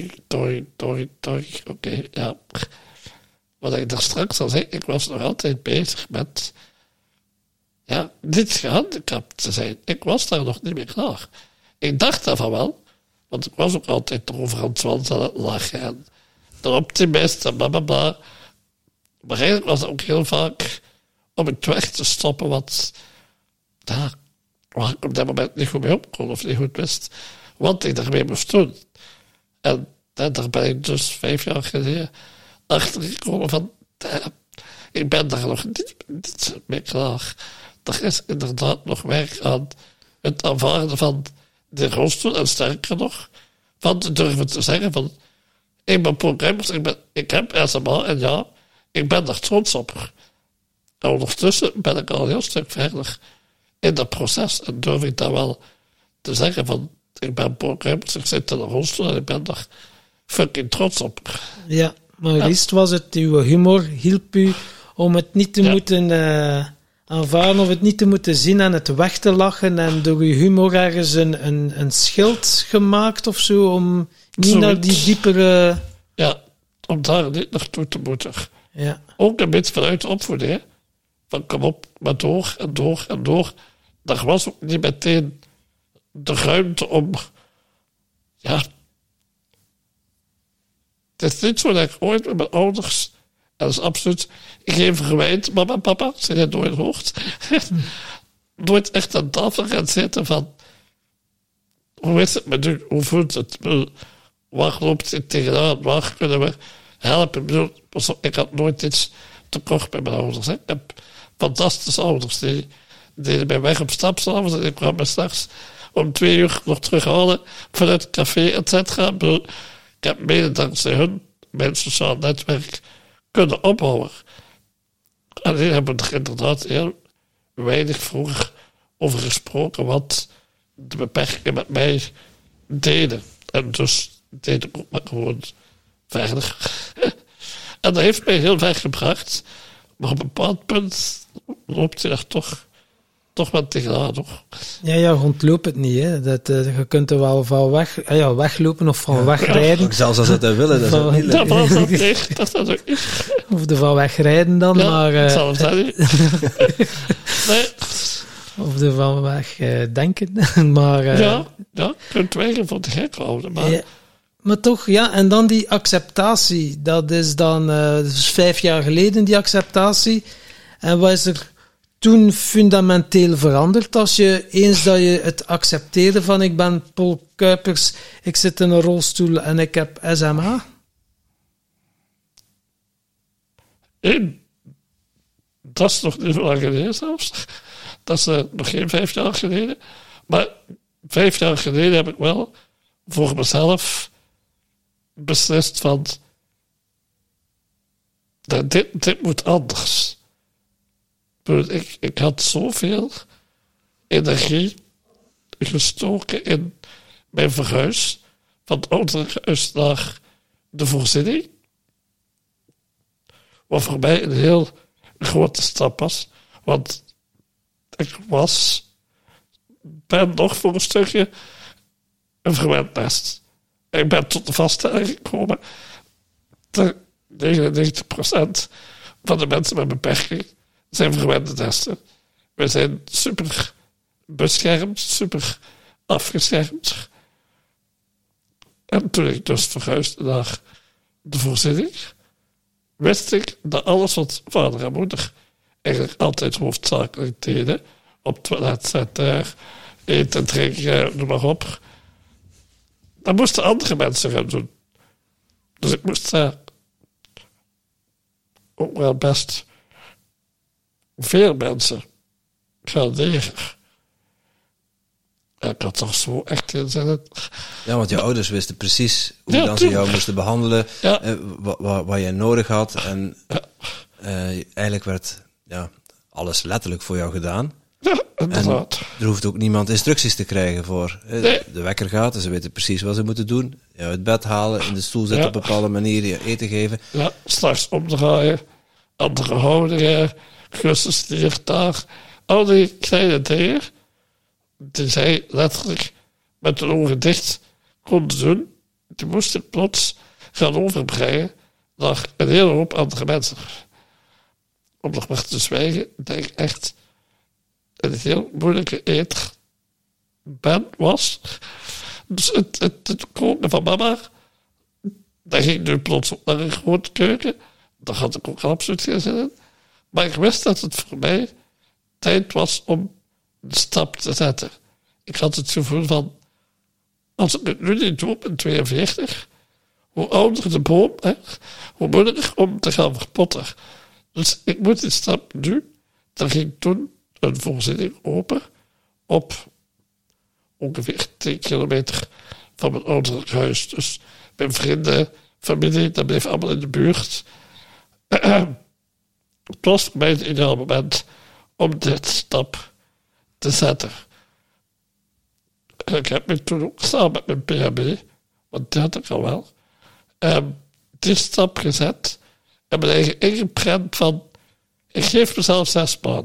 A: oké, ja. Wat ik daar straks al zei, ik was nog altijd bezig met, ja, niet gehandicapt te zijn. Ik was daar nog niet meer klaar. Ik dacht daarvan wel, want ik was ook altijd over aan het zwansen aan het lachen en de optimist en blablabla. Maar eigenlijk was het ook heel vaak om het weg te stoppen, wat, ja, waar ik op dat moment niet goed mee op kon of niet goed wist wat ik daarmee moest doen. En daar ben ik dus 5 jaar geleden achter gekomen van, ik ben daar nog niet mee klaar. Er is inderdaad nog werk aan het aanvaarden van de rolstoel en sterker nog, van te durven te zeggen van, ik ben programmers, ik heb SMA en ja, ik ben daar trots op. En ondertussen ben ik al een heel stuk verder in dat proces en durf ik daar wel te zeggen van, ik ben programmers, ik zit in een rolstoel en ik ben daar fucking trots op.
C: Ja, maar liefst was het uw humor, hielp u om het niet te moeten aanvaarden of het niet te moeten zien en het weg te lachen en door uw humor ergens een schild gemaakt of zo, om niet naar die diepere...
A: Ja, om daar niet naartoe te moeten.
C: Ja.
A: Ook een beetje vanuit de opvoeding, hè. Van kom op, maar door en door en door. Er was ook niet meteen de ruimte om... Ja... Het is niet zo dat ik ooit met mijn ouders... En dat is absoluut geen verwijt, mama en papa, ze zijn nooit hoort. Nooit echt aan tafel gaan zitten van... Hoe is het met u? Hoe voelt het? Waar loopt het tegenaan? Waar kunnen we helpen? Ik had nooit iets tekort bij mijn ouders. Hè. Ik heb fantastische ouders. Die deden mij weg op stapsavond. En ik kwam me straks om 2 uur nog terughalen vanuit het café, et cetera. Ik heb mede dankzij hun, mijn sociaal netwerk, kunnen opbouwen. En die hebben er inderdaad heel weinig vroeger over gesproken wat de beperkingen met mij deden. En dus deed ik ook maar gewoon verder. En dat heeft mij heel ver gebracht. Maar op een bepaald punt loopt je daar toch wel tegenaan, toch?
C: Ja, ontloop het niet, hè. Je kunt er wel van weglopen of van wegrijden.
B: Ja, zelfs als ze dat willen, dat is ook niet leuk.
A: Dat is ook niet.
C: Of er van wegrijden dan,
A: ja,
C: maar...
A: zelfs dat niet. Nee.
C: Of er van weg denken, maar...
A: ja, je kunt weigeren voor de gek houden, maar...
C: Ja, maar toch, ja, en dan die acceptatie. Dat is dan dus 5 jaar geleden, die acceptatie. En wat is er toen fundamenteel veranderd als je eens dat je het accepteerde van ik ben Paul Kuipers, ik zit in een rolstoel en ik heb SMA?
A: Er dat is nog niet zo lang geleden zelfs. Dat is nog geen 5 jaar geleden. Maar 5 jaar geleden heb ik wel voor mezelf beslist van... Dit moet anders. Ik had zoveel energie gestoken in mijn verhuis. Van het ouderhuis naar de voorziening. Wat voor mij een heel grote stap was. Want ik ben nog voor een stukje een verwend nest. Ik ben tot de vaststelling gekomen dat 99% van de mensen met beperking zijn verwende nesten. We zijn super beschermd, super afgeschermd. En toen ik dus verhuisde naar de voorziening, wist ik dat alles wat vader en moeder eigenlijk altijd hoofdzakelijk deden, op het toilet zetten, eten, drinken, noem maar op, dat moesten andere mensen gaan doen. Dus ik moest daar ook wel best veel mensen gaan leren. En ik had toch zo echt geen zin in.
B: Ja, want je ouders wisten precies hoe dan ze jou moesten behandelen, wat jij nodig had. En eigenlijk werd alles letterlijk voor jou gedaan.
A: Ja, inderdaad.
B: En er hoeft ook niemand instructies te krijgen voor. De wekker gaat en ze weten precies wat ze moeten doen. Je uit bed halen, in de stoel zetten op een bepaalde manier, je eten geven.
A: Ja, straks omdraaien, andere houdingen, kussens daar. Al die kleine dingen die zij letterlijk met de ogen dicht konden doen, die moest ik plots gaan overbrengen naar een hele hoop andere mensen. Om nog maar te zwijgen, dat ik echt een heel moeilijke eter was. Dus het koken van mama, dat ging nu plots op naar een grote keuken. Daar had ik ook absoluut geen zin in. Maar ik wist dat het voor mij tijd was om de stap te zetten. Ik had het gevoel van, als ik het nu niet doe in 42, hoe ouder de boom, hoe moeilijker om te gaan verpotten. Dus ik moet die stap nu. Dan ging toen een voorziening open op ongeveer 10 kilometer van mijn ouderlijk huis. Dus mijn vrienden, familie, dat bleef allemaal in de buurt. Het was voor mij het ideale moment om dit stap te zetten. En ik heb me toen ook samen met mijn PhD, want die had ik al wel, die stap gezet en mijn eigen ingeprent van, ik geef mezelf 6 maanden.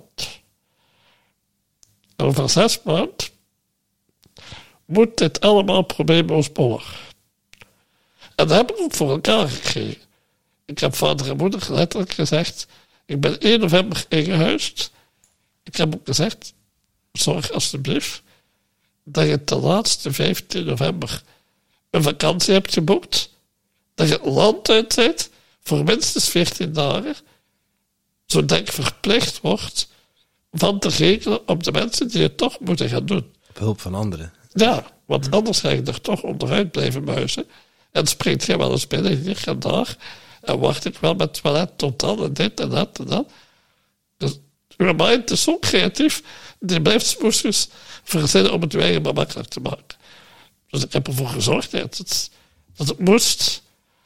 A: En over 6 maanden moet dit allemaal probleemloos bollen. En dat heb ik ook voor elkaar gekregen. Ik heb vader en moeder letterlijk gezegd, ik ben 1 november ingehuisd. Ik heb ook gezegd, zorg alsjeblieft dat je ten laatste 15 november een vakantie hebt geboekt. Dat je het land uit bent voor minstens 14 dagen. Zodat ik verplicht word van te rekenen op de mensen die het toch moeten gaan doen.
B: Op hulp van anderen.
A: Ja, want anders ga je er toch onderuit blijven muizen. En springt je wel eens binnen hier en daar. En wacht ik wel met het toilet tot dan en dit en dat en dat. Dus uw mind is zo creatief. Die blijft smoesjes verzinnen om het je eigen maar makkelijk te maken. Dus ik heb ervoor gezorgd dat het moest.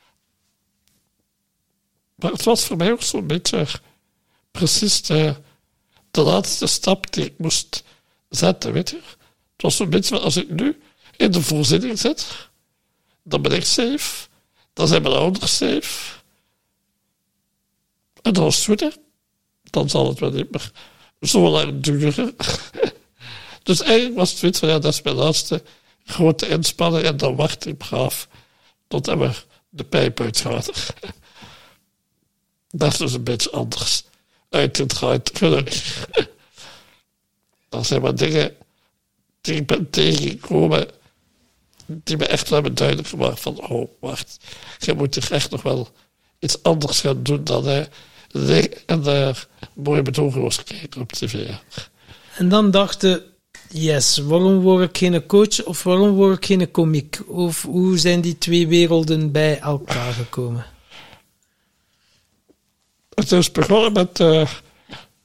A: Maar het was voor mij ook zo'n beetje precies de laatste stap die ik moest zetten, weet je. Het was zo'n beetje van, als ik nu in de voorziening zit, dan ben ik safe. Dan zijn mijn ouders safe. En dan is het goed, hè. Dan zal het wel niet meer zo lang duren. Dus eigenlijk was het zoiets van, dat is mijn laatste grote inspanning en dan wacht ik braaf tot we de pijp uitgaat. Dat is dus een beetje anders uitgedraaid, gelukkig. Dat zijn maar dingen die ik ben tegengekomen die me echt hebben duidelijk gemaakt van, oh, wacht, je moet toch echt nog wel iets anders gaan doen dan en daar mooie betogenloos kijken op tv.
C: En dan dachten, yes, waarom word ik geen coach of waarom word ik geen komiek? Of hoe zijn die twee werelden bij elkaar gekomen?
A: Het is begonnen met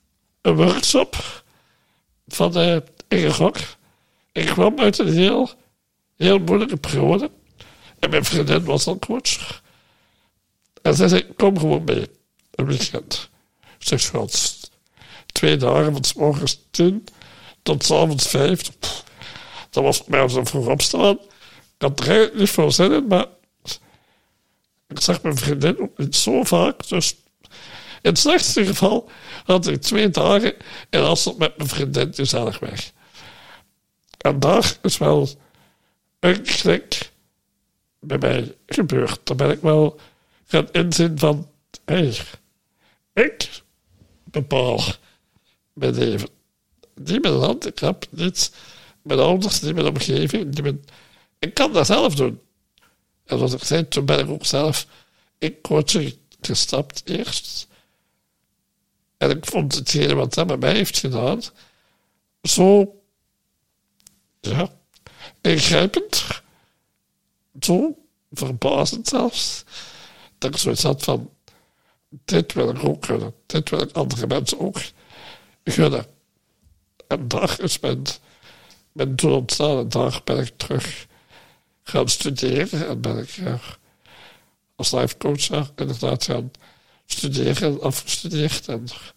A: een workshop van Inge Gok. Ik kwam uit een heel moeilijke periode. En mijn vriendin was al coach. En zij zei, kom gewoon mee. Een weekend. Zeg, schat, 2 dagen van 's morgens 10 tot 's avonds 5. Dat was mij zo vroeg opstaan. Ik had er eigenlijk niet veel zin in, maar ik zag mijn vriendin ook niet zo vaak. Dus in het slechtste geval had ik 2 dagen en als het met mijn vriendin gezellig weg. En daar is wel een klik bij mij gebeurd. Daar ben ik wel gaan inzien van, hey, ik bepaal mijn leven. Niet mijn handicap, niet mijn ouders, niet mijn omgeving. Ik kan dat zelf doen. En zoals ik zei, toen ben ik ook zelf in coaching gestapt eerst. En ik vond hetgene wat dat met mij heeft gedaan zo, ja, ingrijpend. Zo verbazend zelfs. Dat ik zoiets had van, dit wil ik ook kunnen. Dit wil ik andere mensen ook gunnen. En daar is mijn doel ontstaan. En daar ben ik terug gaan studeren. En ben ik als life coach inderdaad gaan studeren en afgestudeerd.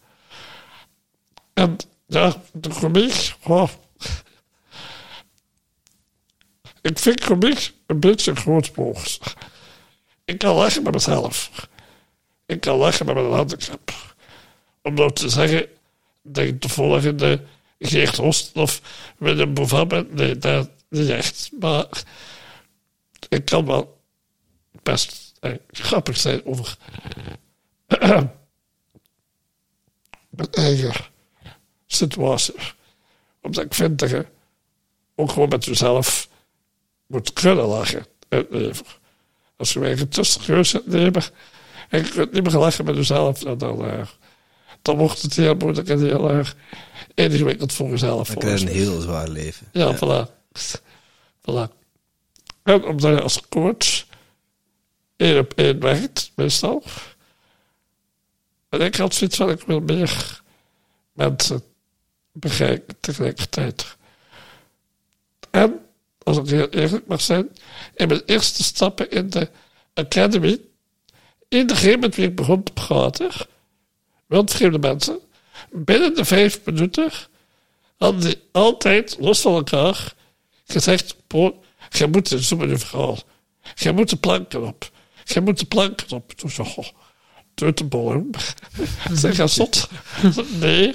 A: En ja, de komiek. Oh. Ik vind komiek een beetje grootmoedig. Ik kan lachen met mezelf. Ik kan lachen met mijn handicap. Om nou te zeggen dat ik de volgende Geert Hosten of Willem Bouvin ben. Nee, dat niet echt. Maar ik kan wel best grappig zijn over mijn eigen situatie. Omdat ik vind dat je ook gewoon met jezelf moet kunnen lachen in het leven. Als je eigen te serieus zit nemen en je kunt niet meer lachen met jezelf, dan wordt het heel moeilijk en heel ingewikkeld voor jezelf.
B: Dan krijg je een heel zwaar leven.
A: Ja, voilà. En omdat je als coach 1-op-1 werkt, meestal. En ik had zoiets van, ik wil meer mensen bereiken tegelijkertijd. En, als ik heel eerlijk mag zijn, in mijn eerste stappen in de academy, iedereen met wie ik begon te praten, wildvreemde mensen, binnen de 5 minuten hadden die altijd, los van elkaar, gezegd, jij moet eens doen met je verhaal. Jij moet de planken op. Jij moet de planken op. Toen zei ik, doe de bol. Zeg, ga zot. Nee.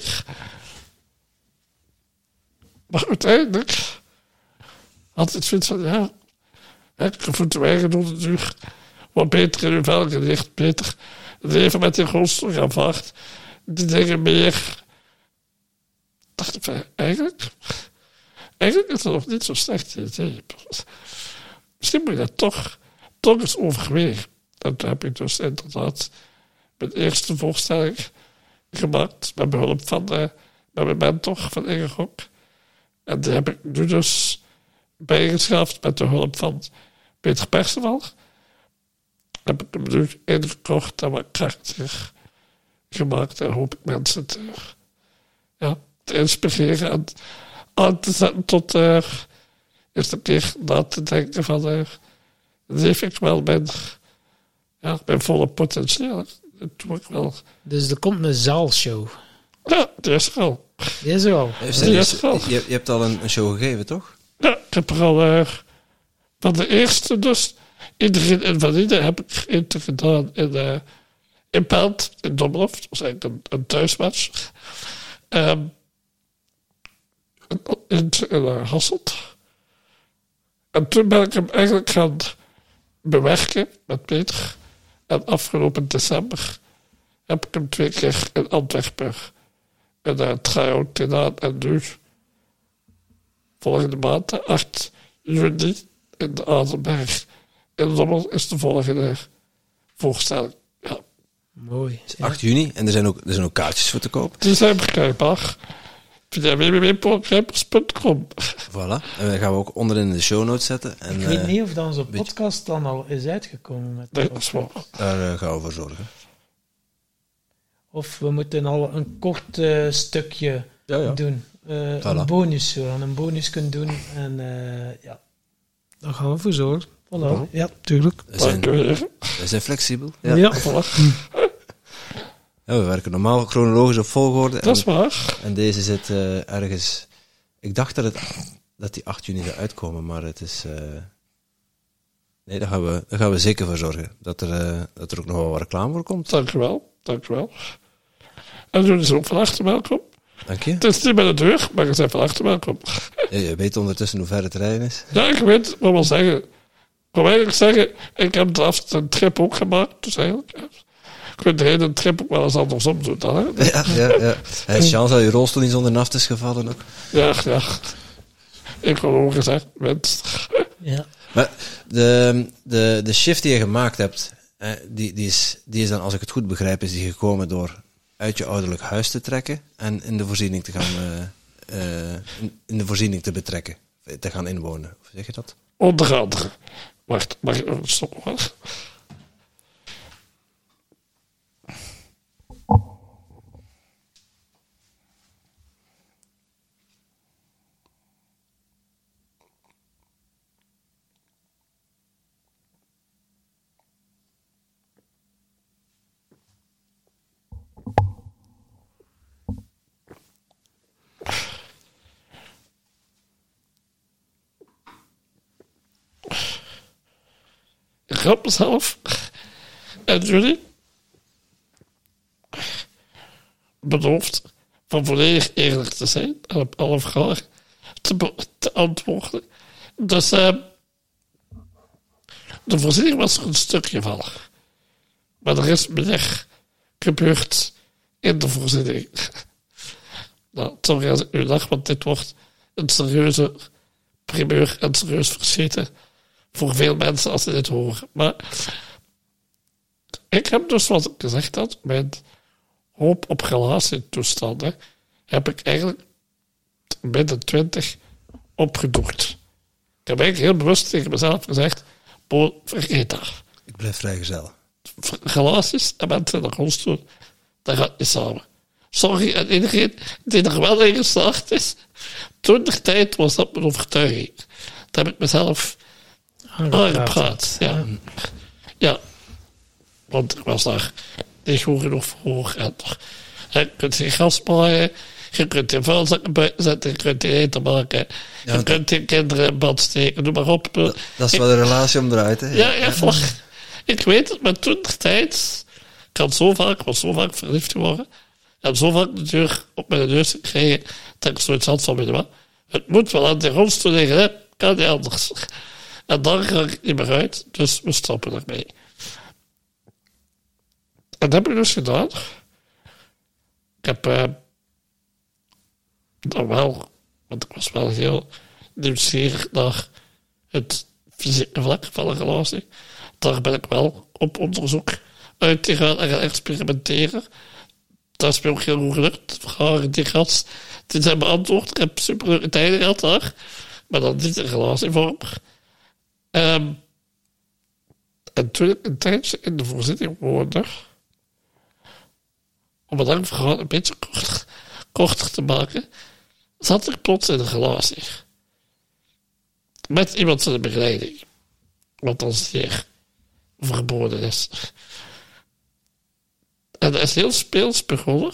A: Maar uiteindelijk had het zoiets van, ja, je voelt de eigen door de duur wat beter in je vel gericht, beter leven met je rolstoel gaan vaart. Die dingen meer. Dacht ik van, eigenlijk is dat nog niet zo slecht idee. Misschien moet je dat toch eens overwegen. En toen heb ik dus inderdaad mijn eerste voorstelling gemaakt met behulp van met mijn mentor van Inge Gok. En die heb ik nu dus bijgeschaafd met de hulp van Peter Perceval. Heb ik hem nu ingekort en wat krachtiger gemaakt. En hoop ik mensen te inspireren en aan te zetten tot eerst een keer na te denken van leef ik wel mijn volle potentieel. Dat doe ik wel.
C: Dus er komt een zaalshow.
A: Ja, die is er al.
B: Je hebt al een show gegeven, toch?
A: Ja, ik heb er al van de eerste dus iedereen invalide heb ik eentje gedaan in Pelt, in Dommelhof. Dat was eigenlijk een thuismatch. In Hasselt. En toen ben ik hem eigenlijk gaan bewerken met Peter. En afgelopen december heb ik hem 2 keer in Antwerpen een try-out gedaan. En nu, volgende maand, 8 juni, in de Adelberg in Lommel is de volgende voorstelling. Ja.
C: Mooi.
B: 8 juni, en er zijn ook kaartjes voor te koop.
A: Die zijn beschikbaar via www.poortgrijpers.com.
B: Voilà, en dat gaan we ook onderin de show notes zetten. En,
C: ik weet niet of dat onze podcast dan al is uitgekomen. Met
A: nee, dat is waar.
B: Daar gaan we voor zorgen.
C: Of we moeten al een kort stukje doen.
B: Voilà.
C: Een bonus, zo. Een bonus kunnen doen. En ja, daar gaan we voor zorgen. Voilà. Ja, tuurlijk.
B: We zijn flexibel. Ja.
C: Ja.
B: Ja, we werken normaal chronologisch op volgorde.
A: Dat is waar.
B: En deze zit ergens... Ik dacht dat die 8 juni zou uitkomen, maar het is... Nee, daar gaan we zeker voor zorgen. Dat er ook nog wel wat reclame voor komt.
A: Dank u wel. En jullie zijn ook van achter welkom.
B: Dank je.
A: Het is niet bij de deur, maar je bent van achter welkom.
B: Ja, je weet ondertussen hoe ver het rijden is.
A: Ja, ik weet wat wil zeggen. Ik wil eigenlijk zeggen, ik heb de trip ook gemaakt, dus eigenlijk... Ja. Je kunt de hele trip ook wel eens andersom doen dan, hè?
B: Ja. Hij is chance dat je rolstoel niet zonder naft is gevallen ook.
A: Ja. Ik wil ook gezegd, mensen.
C: Ja.
B: Maar de shift die je gemaakt hebt, die is dan, als ik het goed begrijp, is die gekomen door uit je ouderlijk huis te trekken en in de voorziening te gaan, in de voorziening te betrekken, te gaan inwonen. Hoe zeg je dat?
A: Onder andere. Wacht, mag ik even stoppen? Hoor? Ik had mezelf en jullie beloofd van volledig eerlijk te zijn en op alle vragen te antwoorden. Dus de voorziening was er een stukje van. Maar er is meer gebeurd in de voorziening. Nou, sorry als ik nu lach, want dit wordt een serieuze primeur en serieus verscheten voor veel mensen als ze dit horen. Maar ik heb dus, wat ik gezegd had, mijn hoop op relatietoestanden heb ik eigenlijk midden 20 opgedoekt. Ik heb eigenlijk heel bewust tegen mezelf gezegd, vergeet dat.
B: Ik blijf vrijgezel.
A: Relaties en mensen in de rolstoel, dat gaat niet samen. Sorry aan iedereen die er wel in geslaagd is. Toen de tijd was dat mijn overtuiging. Dat heb ik mezelf aangepraat. Ja. Want ik was daar niet goed genoeg voor. En je kunt geen gas maaien, je kunt je vuilzakken buiten zetten, je kunt je eten maken, je kunt je kinderen in bad steken, noem maar op.
B: Dat is wat een relatie om draait, hè?
A: Ja. Ik weet het, maar toen de tijd, ik was zo vaak verliefd geworden. En zo vaak de deur op mijn neus gekregen, dat ik zoiets had van, maar het moet wel aan de rolstoel liggen, hè? Kan niet anders. En dan ga ik niet meer uit, dus we stoppen ermee. En dat heb ik dus gedaan. Ik heb dan wel, want ik was wel heel nieuwsgierig naar het fysieke vlak van een relatie. Daar ben ik wel op onderzoek uit te gaan en gaan experimenteren. Dat is me ook heel goed gelukt. De vragen die gast, die zijn beantwoord. Ik heb super leuke tijden gehad daar. Maar dan niet in relatievorm. En toen ik een tijdje in de voorzitting woonde, om het lang verhaal een beetje korter te maken, zat ik plots in een relatie. Met iemand zijn begeleiding. Wat dan zeer verboden is. En dat is heel speels begonnen.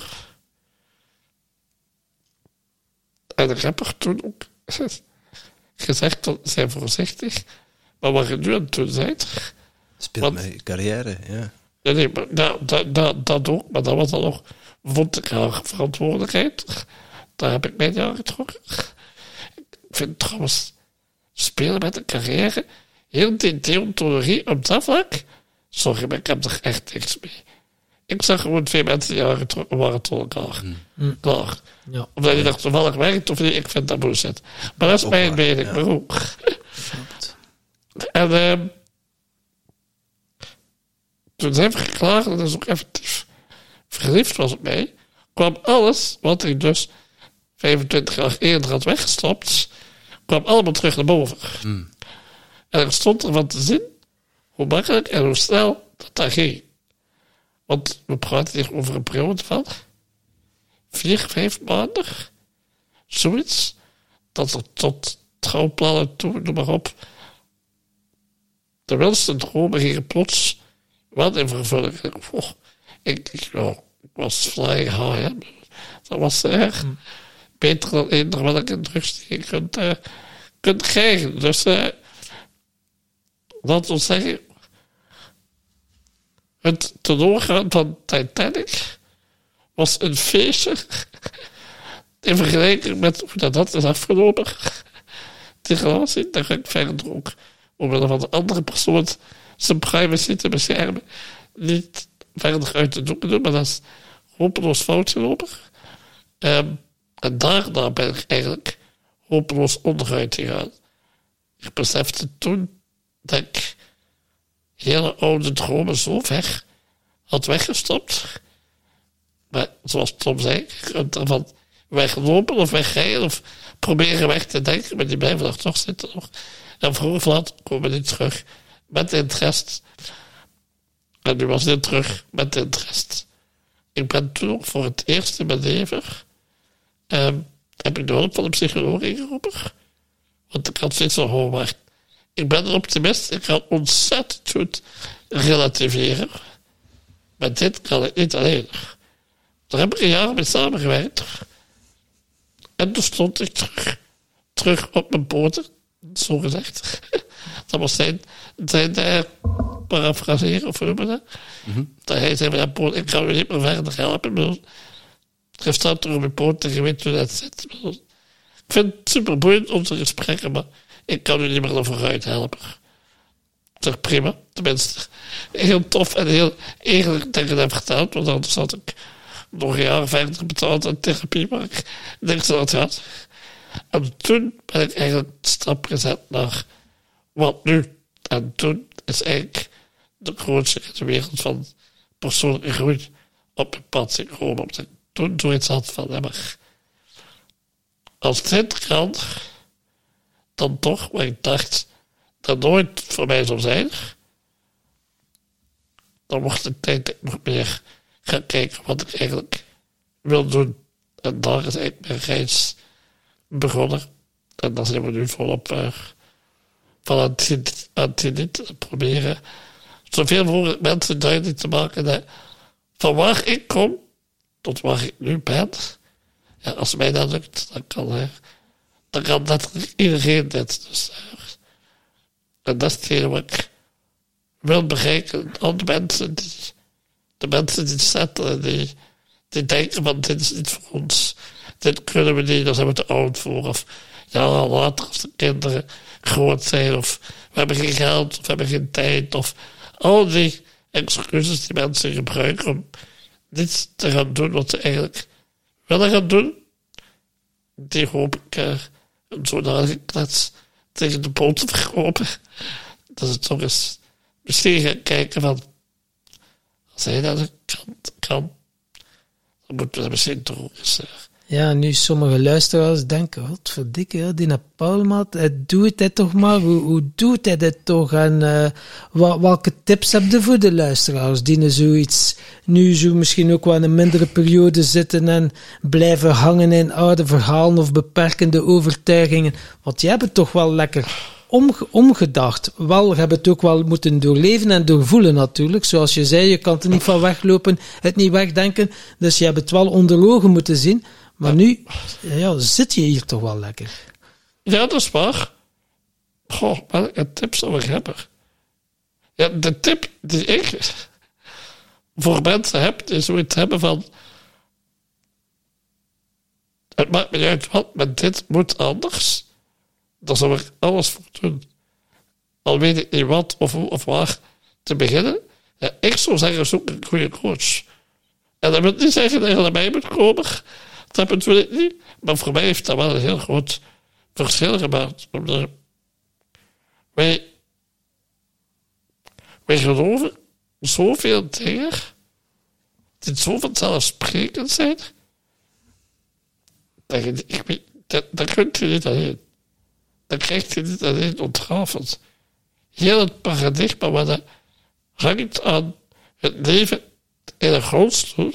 A: En ik heb er toen ook gezegd, zijn voorzichtig. Maar wat je nu aan het doen bent...
B: Speelt met je carrière, ja.
A: Nee, maar dat ook. Maar dat was dan nog, vond ik haar verantwoordelijkheid. Daar heb ik mij aan getrokken. Ik vind trouwens, spelen met een carrière, heel die deontologie op dat vlak, sorry, maar ik heb er echt niks mee. Ik zag gewoon 2 mensen die aangetrokken waren tot elkaar. Klaar. Ja. Omdat je dat toevallig werkt of niet, ik vind dat bullshit. Maar dat is mijn mening, maar ook. En toen zijn we geklaagd, en dat is ook effectief verliefd was op mij, kwam alles wat ik dus 25 jaar eerder had weggestopt, kwam allemaal terug naar boven. En er stond ervan te zien hoe makkelijk en hoe snel dat ging. Want we praten hier over een periode van 4, 5 maanden. Zoiets. Dat er tot trouwplannen toe, noem maar op. De wilste dromen gingen plots wel in vervulling. Ik was fly high. Hè. Dat was erg. Beter dan eender wat ik in drugs die je kunt krijgen. Dus laten we zeggen, het tenorgaan van Titanic was een feestje in vergelijking met hoe dat is afgelopen. Die relatie, daar ga ik verder ook omwille van de andere persoon zijn privacy te beschermen, niet verder uit de doeken doen, maar dat is hopeloos fout gelopen. En daarna ben ik eigenlijk hopeloos onderuit gegaan. Ik besefte toen dat ik hele oude dromen zo ver had weggestopt. Maar zoals Tom zei, je kunt ervan weglopen of wegrijden of proberen weg te denken, maar die blijven er toch zitten nog. En vroeg of laat komen die terug met interest. En nu was dit terug met interest. Ik ben toen ook voor het eerst in mijn leven heb ik de hulp van een psycholoog ingeroepen. Want ik had zoiets van, wacht. Ik ben een optimist. Ik kan ontzettend goed relativeren. Maar dit kan ik niet alleen. Daar heb ik een jaar mee samengewerkt. En toen stond ik terug op mijn poten. Zo gezegd. Dat was zijn parafraseren of hoe noem je dat? Dat hij zei, ik kan u niet meer verder helpen. Je staat er op je poten en je weet hoe dat zit. Ik vind het super boeiend om te gesprekken, maar ik kan u niet meer naar vooruit helpen. Zeg prima, tenminste. Heel tof en heel eerlijk tegen hem verteld, want anders had ik nog een jaar verder betaald aan therapie, maar ik niks aan het had. En toen ben ik eigenlijk een stap gezet naar wat nu. En toen is eigenlijk de grootste in de wereld van persoonlijke groei op mijn pad gekomen. Omdat ik toen zoiets had van, maar als dit kan, dan toch, waar ik dacht dat nooit voor mij zou zijn, dan wordt het tijd dat ik nog meer ga kijken wat ik eigenlijk wil doen. En daar is eigenlijk mijn reis begonnen. En daar zijn we nu volop van aan het proberen zoveel mogelijk mensen duidelijk te maken dat van waar ik kom tot waar ik nu ben. Ja, als mij dat lukt, dan kan letterlijk iedereen dit. Dus, en dat is hetgene wat ik wil bereiken. Al de mensen die zetten, die denken van dit is niet voor ons. Dit kunnen we niet, daar zijn we te oud voor. Of ja, later als de kinderen groot zijn. Of we hebben geen geld, of we hebben geen tijd. Of al die excuses die mensen gebruiken om niet te gaan doen wat ze eigenlijk willen gaan doen. Die hoop ik een zodanige klets tegen de poot te verkopen. Dat ze toch eens misschien gaan kijken van als hij dat kan, dan moeten we dat misschien toch ook eens
C: ja, nu sommige luisteraars denken, wat verdikke, die naar Paulmaat, doet hij toch maar, hoe doet hij dit toch? En welke tips heb je voor de luisteraars die zoiets, nu zo misschien ook wel in een mindere periode zitten en blijven hangen in oude verhalen of beperkende overtuigingen? Want jij hebt het toch wel lekker omgedacht. Wel, je hebt het ook wel moeten doorleven en doorvoelen natuurlijk. Zoals je zei, je kan er niet van weglopen, het niet wegdenken. Dus je hebt het wel onder ogen moeten zien. Maar nu zit je hier toch wel lekker.
A: Ja, dat is waar. Goh, welke tip zou ik hebben? Ja, de tip die ik voor mensen heb, die zoiets hebben van het maakt me niet uit wat, maar dit moet anders. Daar zou ik alles voor doen. Al weet ik niet wat of hoe of waar te beginnen. Ja, ik zou zeggen, zoek een goede coach. En dat wil niet zeggen dat je naar mij moet komen. Dat bedoel ik niet. Maar voor mij heeft dat wel een heel groot verschil gemaakt. Wij geloven zoveel dingen die zo vanzelfsprekend zijn. Dat kunt je niet alleen. Dat krijg je niet alleen ontrafeld. Heel het paradigma wat hangt aan het leven in een rolstoel,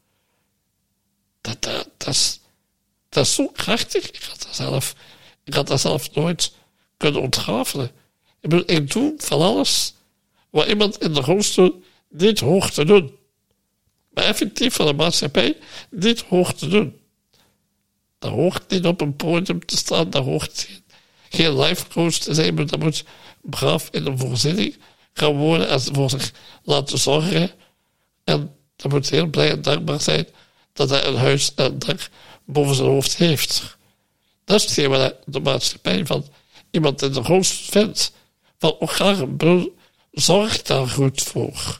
A: dat is zo krachtig. Ik had dat zelf nooit kunnen ontrafelen. Ik doe van alles wat iemand in de rolstoel niet hoort te doen. Maar effectief van de maatschappij niet hoort te doen. Dat hoort niet op een podium te staan, dat hoort geen life coach te zijn, maar dat moet braaf in een voorziening gaan wonen en voor zich laten zorgen. En dat moet heel blij en dankbaar zijn dat hij een huis en een dak boven zijn hoofd heeft. Dat is hetgeen wat de maatschappij van iemand in de rolstoel vindt. Van, oh graag een broer, zorg daar goed voor.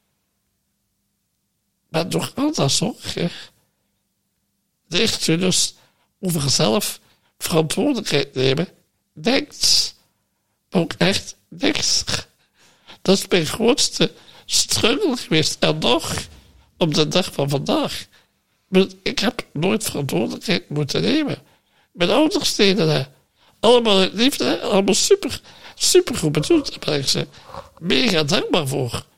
A: Maar door al dat zorgen leert je dus over zelf verantwoordelijkheid nemen. Niks. Ook echt niks. Dat is mijn grootste struggle geweest. En nog op de dag van vandaag. Maar ik heb nooit verantwoordelijkheid moeten nemen. Mijn ouders deden dat. Allemaal uit liefde. Allemaal super, super goed bedoeld. Daar ben ik ze mega dankbaar voor.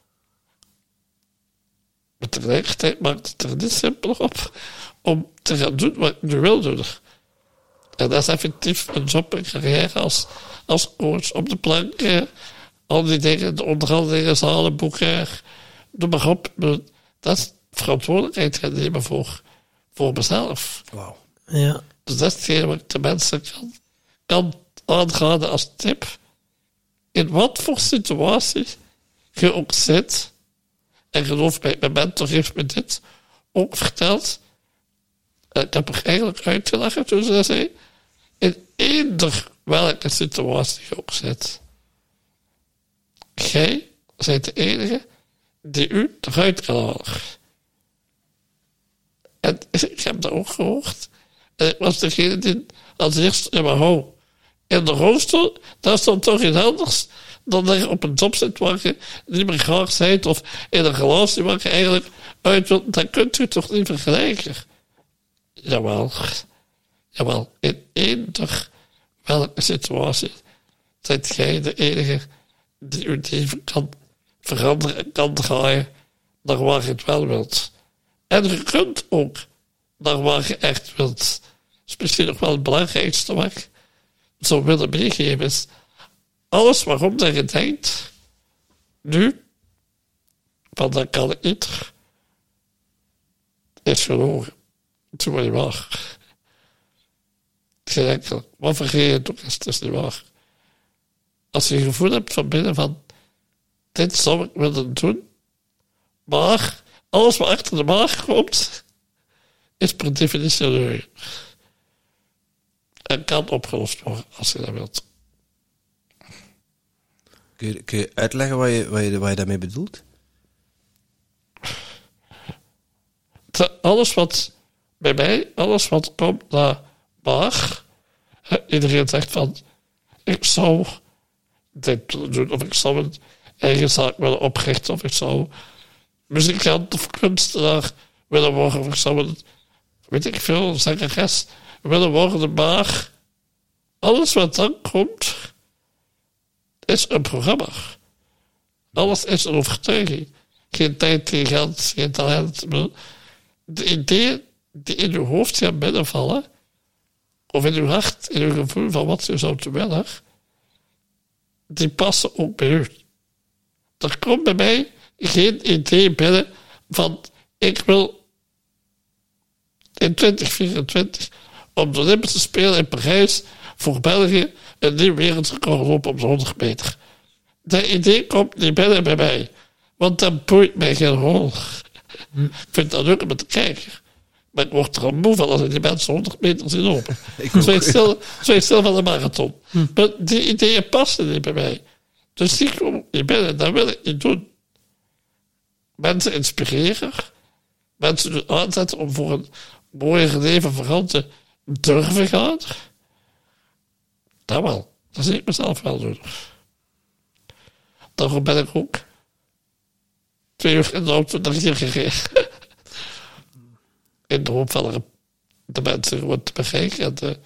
A: Maar tegelijkertijd maakt het er niet simpel op om te gaan doen wat ik nu wil doen. En dat is effectief een job, een carrière als coach op de plank. Al die dingen, de onderhandelingen, zalen, boeken, noem maar op. Dat is verantwoordelijkheid gaan nemen voor mezelf.
B: Wauw.
C: Ja.
A: Dus dat is hetgeen wat ik de mensen kan aanraden als tip. In wat voor situatie je ook zit. En geloof mij, mijn mentor heeft me dit ook verteld. Ik heb er eigenlijk uitgelachen toen ze dat zei. In eender welke situatie je ook zit. Jij bent de enige die u eruit kan halen. En ik heb dat ook gehoord. En ik was degene die als eerste in mijn hou. In de rolstoel, daar is dan toch iets anders dan dat je op een job zit waar je niet meer graag bent of in een relatie waar je eigenlijk uit wilt. Dat kunt u toch niet vergelijken? Jawel, in eender welke situatie zijt jij de enige die uw leven kan veranderen en kan draaien naar waar je het wel wilt. En je kunt ook naar waar je echt wilt. Dat is misschien nog wel het belangrijkste wat ik zou willen meegeven is alles waarom dat je denkt nu, van dat kan ik niet, is gelogen. Doe maar niet waar. Je denkt, wat voor reden doe is het niet waar. Als je het gevoel hebt van binnen van dit zou ik willen doen, maar alles wat achter de maag komt, is per definitie een leugen. En kan opgelost worden als je dat wilt.
B: Kun je uitleggen wat je daarmee bedoelt?
A: Alles wat bij mij, alles wat komt naar maag, iedereen zegt van ik zou dit doen, of ik zou een eigen zaak willen oprichten, of ik zou muzikant of kunstenaar willen worden, of ik zou een, weet ik veel, zangeres willen worden, maar alles wat dan komt, is een programma. Alles is een overtuiging. Geen tijd, geen geld, geen talent. De ideeën die in uw hoofd gaan binnenvallen, of in uw hart, in uw gevoel van wat u zou willen, die passen ook bij u. Er komt bij mij geen idee binnen van ik wil in 2024 op de Olympische Spelen in Parijs voor België een nieuw wereldrecord lopen op de 100 meter. Dat idee komt niet binnen bij mij, want dat boeit mij geen rol. Ik vind dat leuk om te kijken. Maar ik word er al moe van als ik die mensen 100 meter zie lopen. Zo is stil van de marathon. Maar die ideeën passen niet bij mij. Dus die komen niet binnen. Dat wil ik niet doen. Mensen inspireren. Mensen doen aanzetten om voor een mooier leven vooral te durven gaan. Dat wel. Dat zie ik mezelf wel doen. Daarom ben ik ook 2 uur in de auto naar hier gereden. In de hoop van de mensen gewoon te bereiken. En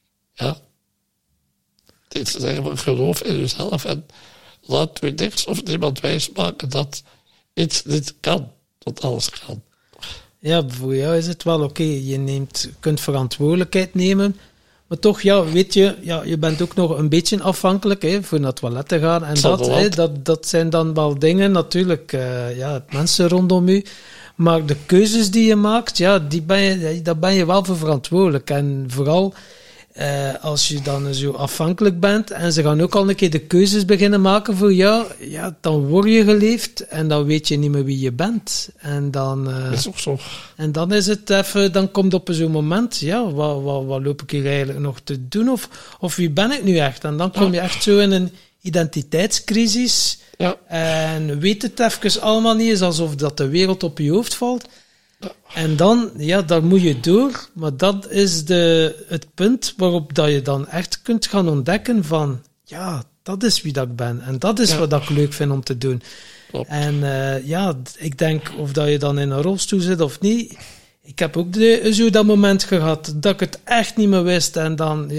A: dit te zeggen van geloof in jezelf. En laat u niks of niemand wijs maken dat iets niet kan. dat alles kan.
C: Ja, voor jou is het wel oké. Je kunt verantwoordelijkheid nemen. Maar toch, ja, weet je, ja, je bent ook nog een beetje afhankelijk voor naar het toilet te gaan. En dat zijn dan wel dingen, natuurlijk, het mensen rondom u. Maar de keuzes die je maakt, ja, daar ben je wel voor verantwoordelijk. En vooral als je dan zo afhankelijk bent en ze gaan ook al een keer de keuzes beginnen maken voor jou, ja, dan word je geleefd en dan weet je niet meer wie je bent. En dan,
A: dat is ook zo.
C: En dan is het even, dan komt op zo'n moment, ja, wat loop ik hier eigenlijk nog te doen? Of wie ben ik nu echt? En dan kom je echt zo in een identiteitscrisis. Ja. En weet het even allemaal niet, is alsof dat de wereld op je hoofd valt. Ja. En dan, ja, daar moet je door. Maar dat is het punt waarop dat je dan echt kunt gaan ontdekken van, ja, dat is wie dat ik ben. En dat is wat ik leuk vind om te doen. Klopt. En ik denk, of dat je dan in een rolstoel zit of niet, ik heb ook zo dat moment gehad dat ik het echt niet meer wist. En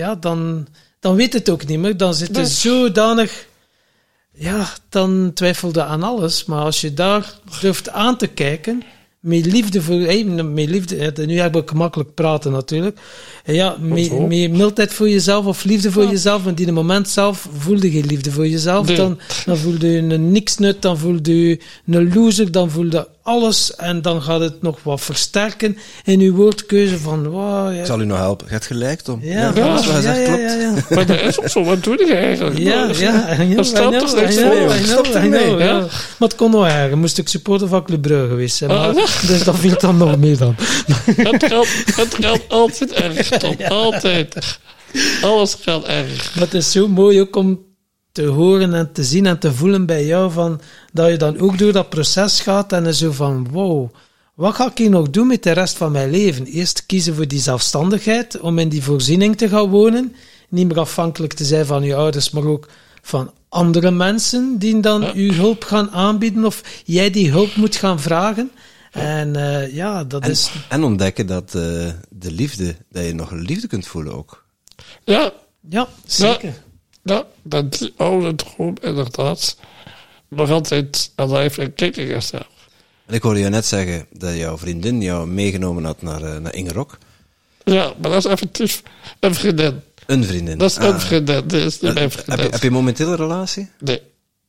C: dan weet het ook niet meer. Dan zit je zodanig... Ja, dan twijfelde aan alles. Maar als je daar durft aan te kijken, met liefde voor... nu heb ik gemakkelijk praten natuurlijk. Ja, met mildheid voor jezelf of liefde voor jezelf. Want in het moment zelf voelde je liefde voor jezelf. Nee. Dan voelde je een niksnut, dan voelde je een loser, dan voelde alles. En dan gaat het nog wat versterken in je woordkeuze van... Wow, ja.
B: Ik zal u nog helpen. Je hebt gelijk, Tom.
C: Ja,
B: alles wat hij zegt klopt.
C: Ja.
A: Maar dat is ook zo. Wat doe je eigenlijk?
C: Dat
A: staat toch niks voor.
C: Ja. Maar het kon nog erger. Moest ik supporter van Club Brugge geweest zijn. Maar, dus dat viel dan nog mee dan.
A: Het gaat altijd erg, Tom. Altijd. Alles gaat erg.
C: Maar het is zo mooi ook om te horen en te zien en te voelen bij jou van, dat je dan ook door dat proces gaat en zo van, wow, wat ga ik hier nog doen met de rest van mijn leven? Eerst kiezen voor die zelfstandigheid, om in die voorziening te gaan wonen, niet meer afhankelijk te zijn van je ouders, maar ook van andere mensen die dan je hulp gaan aanbieden of jij die hulp moet gaan vragen. En is...
B: En ontdekken dat de liefde, dat je nog liefde kunt voelen ook.
C: Ja, zeker.
A: Ja, dat die oude droom inderdaad nog altijd alive en kicking is. Ja.
B: En ik hoorde je net zeggen dat jouw vriendin jou meegenomen had naar Ingerok.
A: Ja, maar dat is effectief een vriendin.
B: Een vriendin?
A: Dat is een vriendin, dat is niet mijn vriendin.
B: Heb je momenteel een relatie?
A: Nee,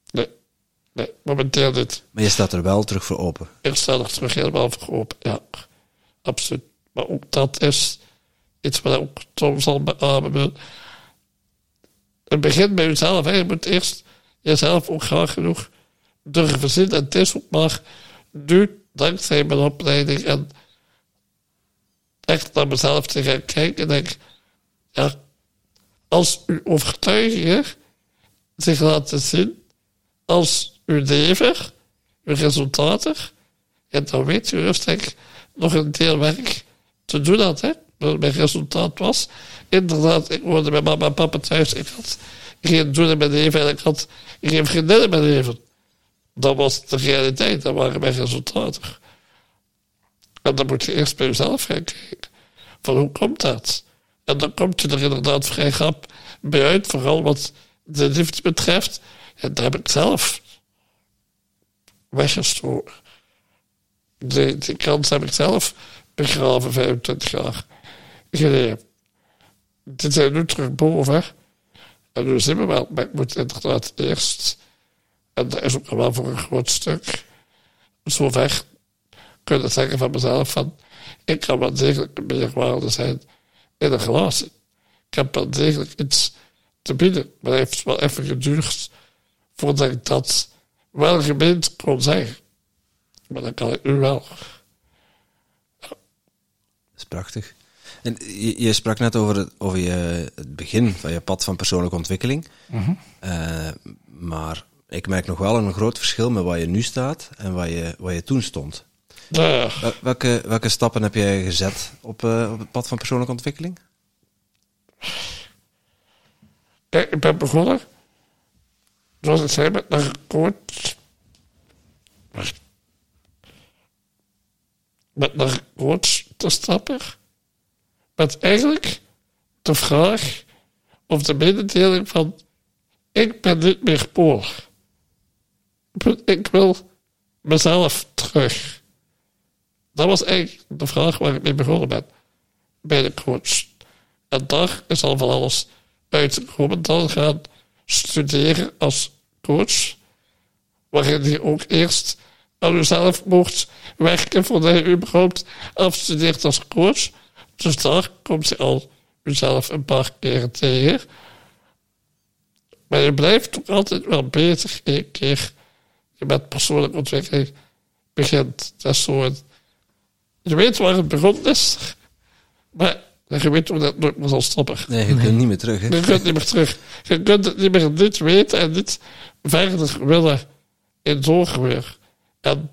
A: momenteel niet.
B: Maar je staat er wel terug voor open?
A: Ik sta er terug helemaal voor open, ja. Absoluut. Maar ook dat is iets wat ik ook soms zal beamen. Het begint bij jezelf. Hè. Je moet eerst jezelf ook graag genoeg durven zien. En het is ook maar nu, dankzij mijn opleiding en echt naar mezelf te gaan kijken. En denk, ja, als uw overtuigingen zich laten zien, als uw leven, uw resultaten, en dan weet je dus dat ik nog een deel werk te doen had. Hè. Mijn resultaat was, inderdaad, ik woonde met mama en papa thuis. Ik had geen doel in mijn leven en ik had geen vriendin in mijn leven. Dat was de realiteit, dat waren mijn resultaten. En dan moet je eerst bij jezelf gaan kijken. Van hoe komt dat? En dan komt je er inderdaad vrij grap bij uit, vooral wat de liefde betreft. En daar heb ik zelf weggestoken. Die kans heb ik zelf begraven 25 jaar geleden. Die zijn nu terug boven. En nu zien we wel, maar ik moet inderdaad eerst, en dat is ook wel voor een groot stuk, zo ver kunnen zeggen van mezelf van, ik kan wel degelijk een meerwaarde zijn in een relatie. Ik heb wel degelijk iets te bieden, maar het heeft wel even geduurd voordat ik dat wel gemeend kon zeggen. Maar dat kan ik nu wel.
B: Dat is prachtig. En je sprak net over het begin van je pad van persoonlijke ontwikkeling. Mm-hmm. Maar ik merk nog wel een groot verschil met waar je nu staat en waar je toen stond.
A: Ja.
B: Welke stappen heb jij gezet op het pad van persoonlijke ontwikkeling?
A: Kijk, ik ben begonnen, zoals ik zei, met een coach. Met naar coach te stappen. Met eigenlijk de vraag of de mededeling van, ik ben niet meer Pool. Ik wil mezelf terug. Dat was eigenlijk de vraag waar ik mee begonnen ben. Bij de coach. En daar is al van alles uitgekomen. Dan gaan studeren als coach. Waarin je ook eerst aan jezelf mocht werken voordat je überhaupt afstudeert als coach. Dus daar komt je al jezelf een paar keren tegen. Maar je blijft ook altijd wel bezig. Eén keer je met persoonlijke ontwikkeling begint. Dat is zo je weet waar het begonnen is, maar je weet ook dat het nooit meer zal stoppen.
B: Nee, je kunt niet meer terug. Hè?
A: Je kunt niet meer terug. Je kunt het niet meer niet weten en niet verder willen in doorgroeien. En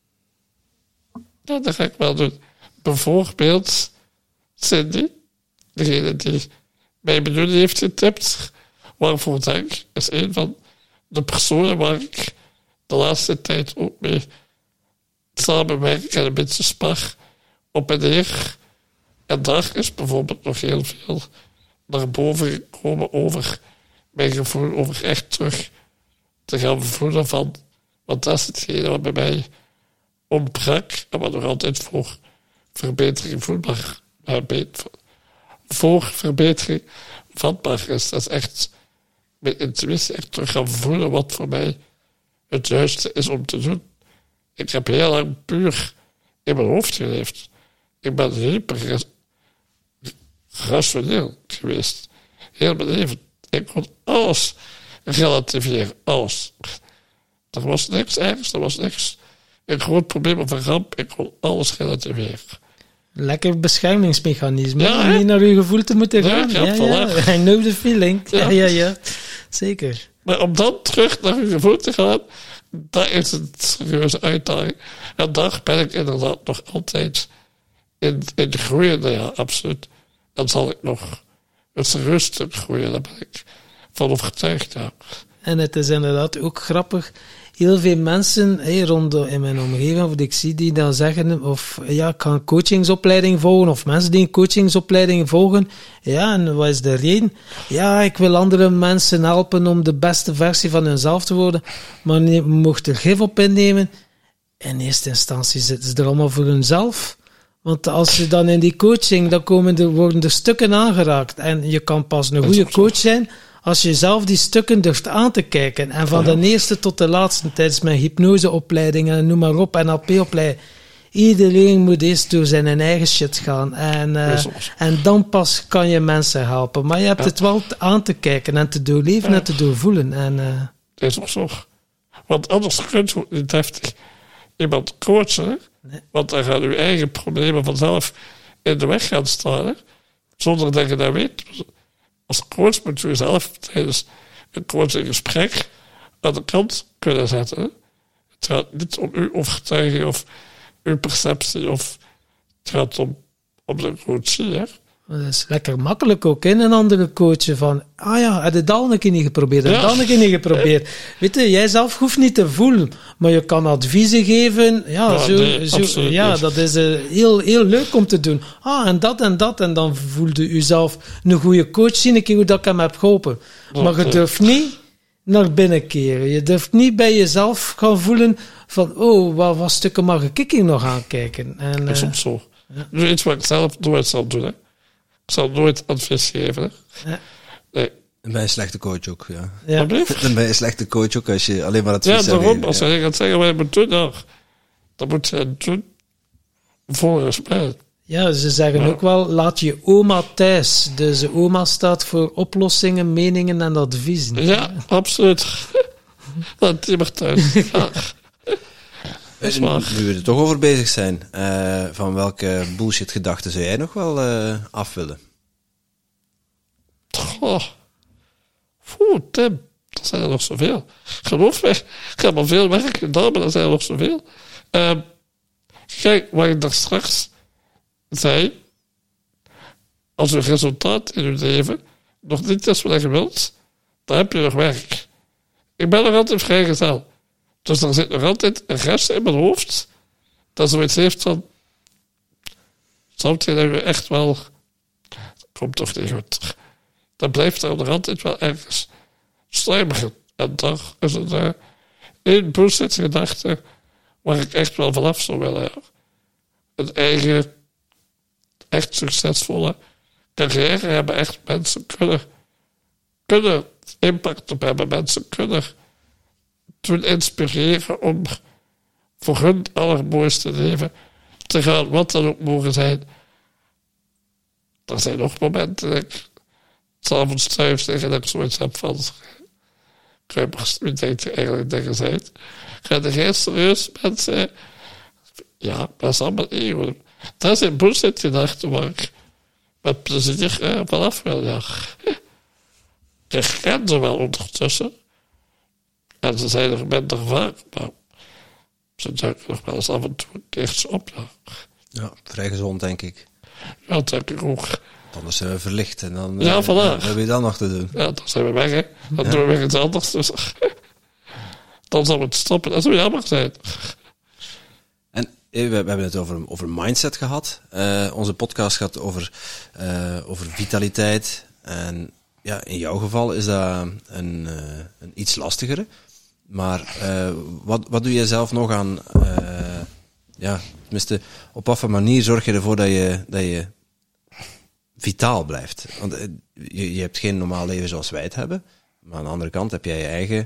A: ja, dat ga ik wel doen. Bijvoorbeeld Cindy, degene die mij beneden heeft getipt, waarvoor dank, is een van de personen waar ik de laatste tijd ook mee samenwerk en een beetje spar op en neer. En daar is bijvoorbeeld nog heel veel naar boven gekomen over mijn gevoel, over echt terug te gaan voelen van, want dat is hetgene wat bij mij ontbrak en wat nog altijd voor verbetering voelbaar, voor verbetering vatbaar is. Dat is echt met intuïtie echt terug gaan voelen wat voor mij het juiste is om te doen. Ik heb heel lang puur in mijn hoofd geleefd. Ik ben hyper rationeel geweest. Heel mijn leven. Ik kon alles relativeren. Alles. Er was niks ergens, er was niks. Een groot probleem of een ramp. Ik kon alles relativeren.
C: Lekker beschermingsmechanisme.
A: Ja,
C: om niet naar uw gevoel te moeten gaan.
A: Ja.
C: I know the feeling. Ja. Zeker.
A: Maar om dan terug naar uw gevoel te gaan, dat is een serieuze uitdaging. En daar ben ik inderdaad nog altijd in groeiende, ja, absoluut. Dan zal ik nog een serieus stuk groeien, daar ben ik van overtuigd, ja.
C: En het is inderdaad ook grappig. Heel veel mensen in mijn omgeving, of ik zie die dan zeggen, of ja, ik ga een coachingsopleiding volgen, of mensen die een coachingsopleiding volgen. Ja, en wat is de reden? Ja, ik wil andere mensen helpen om de beste versie van hunzelf te worden, maar je mocht er gif op innemen. In eerste instantie zitten ze er allemaal voor hunzelf. Want als je dan in die coaching, dan worden er stukken aangeraakt. En je kan pas een goede coach zijn als je zelf die stukken durft aan te kijken. En van de eerste tot de laatste, tijdens mijn hypnoseopleiding en noem maar op, NLP-opleiding. Iedereen moet eerst door zijn eigen shit gaan. En dan pas kan je mensen helpen. Maar je hebt het wel aan te kijken en te doorleven en te doorvoelen.
A: Dat is ook zo. Want anders kun je niet heftig iemand coachen. Nee. Want dan gaan je eigen problemen vanzelf in de weg gaan staan. Hè? Zonder dat je dat weet. Als coach moet je jezelf tijdens een coachinggesprek aan de kant kunnen zetten. Hè? Het gaat niet om uw overtuiging of uw perceptie. Of het gaat om de coachie. Hè?
C: Dat is lekker makkelijk ook, in een andere coachen van, heb je dat een keer niet geprobeerd, Weet je, jij zelf hoeft niet te voelen, maar je kan adviezen geven, dat is heel, heel leuk om te doen. En dat, en dan voelde je zelf een goede coach, zie een keer hoe dat ik hem heb geholpen. Maar je durft niet naar binnen keren, je durft niet bij jezelf gaan voelen van, wat stukken mag ik hier nog aankijken. En,
A: dat is ook zo. Ja. Dat is iets wat ik zelf nooit zal doen, hè. Ik zal nooit advies geven. Hè.
C: Ja.
A: Nee.
B: Dan ben je een slechte coach ook, ja.
C: Ja.
B: Dan ben je een slechte coach ook als je alleen maar advies
A: zou geven. Als je gaat zeggen wat je moet doen, dan moet je het doen volgens mij.
C: Ja, ze zeggen ook wel, laat je oma thuis. Dus oma staat voor oplossingen, meningen en adviezen.
A: Ja, absoluut. Laat die maar thuis. Ja.
B: Nu we er toch over bezig zijn, van welke bullshit gedachten zou jij nog wel af willen?
A: Tim, er zijn er nog zoveel. Geloof me, ik heb al veel werk gedaan, maar er zijn er nog zoveel. Kijk, wat ik daar straks zei, als je resultaat in je leven nog niet is wat je wilt, dan heb je nog werk. Ik ben nog altijd vrijgezel. Dus er zit nog altijd een rest in mijn hoofd dat zoiets heeft van, zou je echt wel, dat komt toch niet goed. Dan blijft er nog altijd wel ergens sluimeren. En daar is het een bullshit gedachte waar ik echt wel vanaf zou willen. Ja. een eigen, echt succesvolle carrière hebben. Echt mensen kunnen impact op hebben. Mensen kunnen toen inspireren om voor hun allermooiste leven te gaan, wat dan ook mogen zijn. Er zijn nog momenten dat ik 's avonds thuis liggen en ik zoiets heb van, Kuipers, wie denkt je eigenlijk dat je bent? Ga jij serieus mensen? Ja, dat is allemaal ego. Dat is een bullshit gedachte waar ik met plezier vanaf wil. Ja. Ik ken ze wel ondertussen. En ze zijn er minder vaak, maar ze duiken nog wel eens af en toe een keertje op.
B: Ja, vrij gezond, denk ik.
A: Ja, dat denk ik ook.
B: Anders zijn we verlicht en dan
A: ja,
B: wat heb je dan nog te doen?
A: Ja, dan zijn we weg, hè. Dan doen we weer iets anders. Dus dan zal het stoppen. Dat zou jammer zijn.
B: En we hebben het over mindset gehad. Onze podcast gaat over vitaliteit. En ja, in jouw geval is dat een iets lastigere. Maar wat doe je zelf nog aan... tenminste, op wat voor manier zorg je ervoor dat je vitaal blijft? Want je hebt geen normaal leven zoals wij het hebben. Maar aan de andere kant heb jij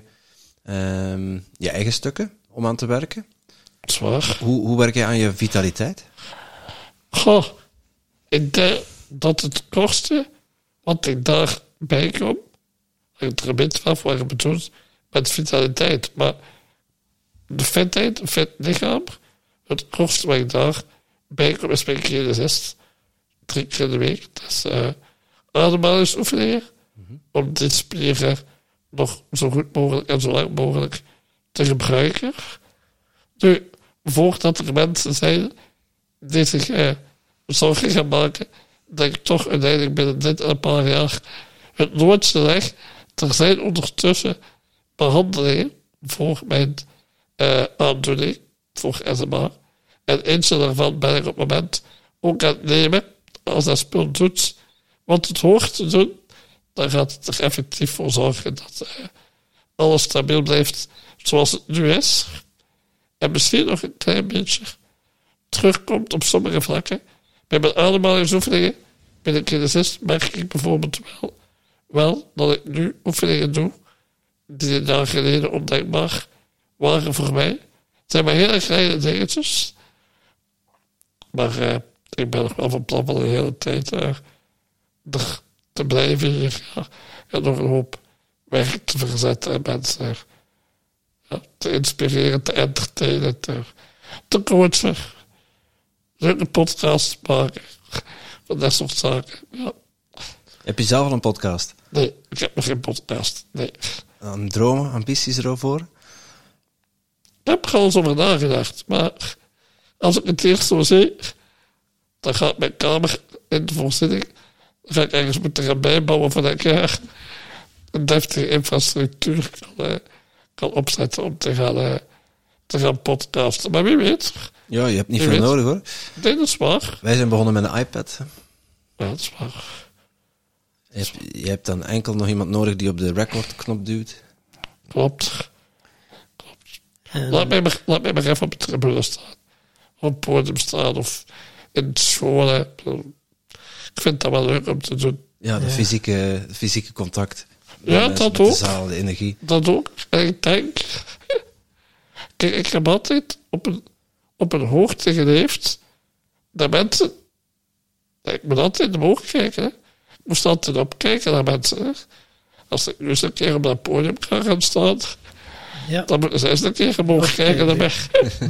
B: je eigen stukken om aan te werken.
A: Zwaar.
B: Hoe werk je aan je vitaliteit?
A: Goh, ik denk dat het koste wat ik daarbij kom, hangt er een beetje af wat je bedoelt met vitaliteit. Maar de fitheid, een fit lichaam, het koste wat ik daarbij kom is mijn kinesist. 3 keer in de week. Dat is ademhalingsoefeningen. Om die spieren nog zo goed mogelijk en zo lang mogelijk te gebruiken. Nu, voordat er mensen zijn die zich zorgen gaan maken, dat ik toch uiteindelijk binnen dit en een paar jaar het noodje leg. Er zijn ondertussen behandelingen voor mijn aandoening, voor SMA. En eentje daarvan ben ik op het moment ook aan het nemen. Als dat spul doet wat het hoort te doen, dan gaat het er effectief voor zorgen dat alles stabiel blijft zoals het nu is. En misschien nog een klein beetje terugkomt op sommige vlakken. Bij mijn ademhalingsoefeningen, bij de kinesist, merk ik bijvoorbeeld wel dat ik nu oefeningen doe die een jaar geleden ondenkbaar waren voor mij. Het zijn maar hele kleine dingetjes. Maar ik ben nog wel van plan van de hele tijd er te blijven hier. Ja, en nog een hoop werk te verzetten en mensen te inspireren, te entertainen, te coachen. Een podcast maken. Van dat soort zaken. Ja.
B: Heb je zelf al een podcast?
A: Nee, ik heb nog geen podcast. Nee.
B: Dromen, ambities erover?
A: Ik heb er al eens over nagedacht. Maar als ik het eerst zo zie, dan gaat mijn kamer in de voorziening. Dan ga ik ergens moeten gaan bijbouwen van dat ik een deftige infrastructuur kan opzetten om te gaan podcasten. Maar wie weet.
B: Ja, je hebt niet veel nodig hoor.
A: Nee, dat is waar.
B: Wij zijn begonnen met een iPad.
A: Ja, dat is waar.
B: Je hebt dan enkel nog iemand nodig die op de recordknop duwt.
A: Klopt. Laat mij maar even op het tribune staan. Op het podium staan of in scholen. Ik vind dat wel leuk om te doen.
B: Ja, de fysieke contact.
A: Ja, dat ook.
B: De zaal, de energie.
A: Dat ook. En ik denk... Kijk, ik heb altijd op een hoogte geleefd dat mensen... Ik moet altijd omhoog kijken. Hè. Ik moest altijd opkijken naar mensen. Hè. Als ik nu eens een keer op dat podium ga gaan staan... Ja. Dan moeten ze eens een keer omhoog kijken naar mij.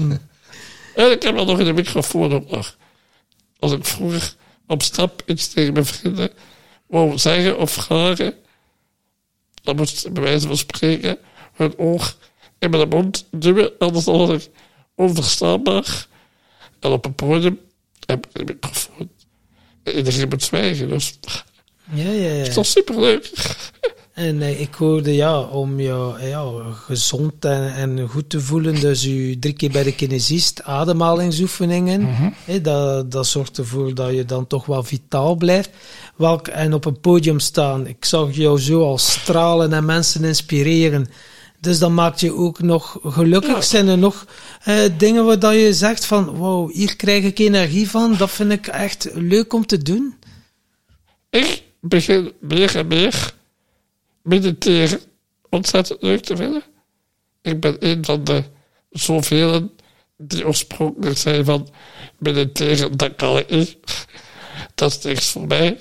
A: En ik heb dat nog in de microfoon ook nog. Als ik vroeger op stap iets tegen mijn vrienden wou zeggen of vragen... Dan moest ik bij wijze van spreken hun oor in mijn mond duwen, anders was ik onverstaanbaar. En op een podium heb ik een microfoon. En iedereen moet zwijgen, dus...
C: Ja.
A: Het is toch superleuk.
C: En ik hoorde, om je gezond en goed te voelen, dus je 3 keer bij de kinesist, ademhalingsoefeningen, dat zorgt ervoor dat je dan toch wel vitaal blijft. En op een podium staan, ik zag jou zo al stralen en mensen inspireren, Dus dat maakt je ook nog gelukkig.
A: Ja.
C: Zijn er nog dingen waar dat je zegt van, wow, hier krijg ik energie van. Dat vind ik echt leuk om te doen.
A: Ik begin meer en meer mediteren ontzettend leuk te vinden. Ik ben een van de zoveel die oorspronkelijk zijn van mediteren, dat kan ik niet. Dat is niks voor mij.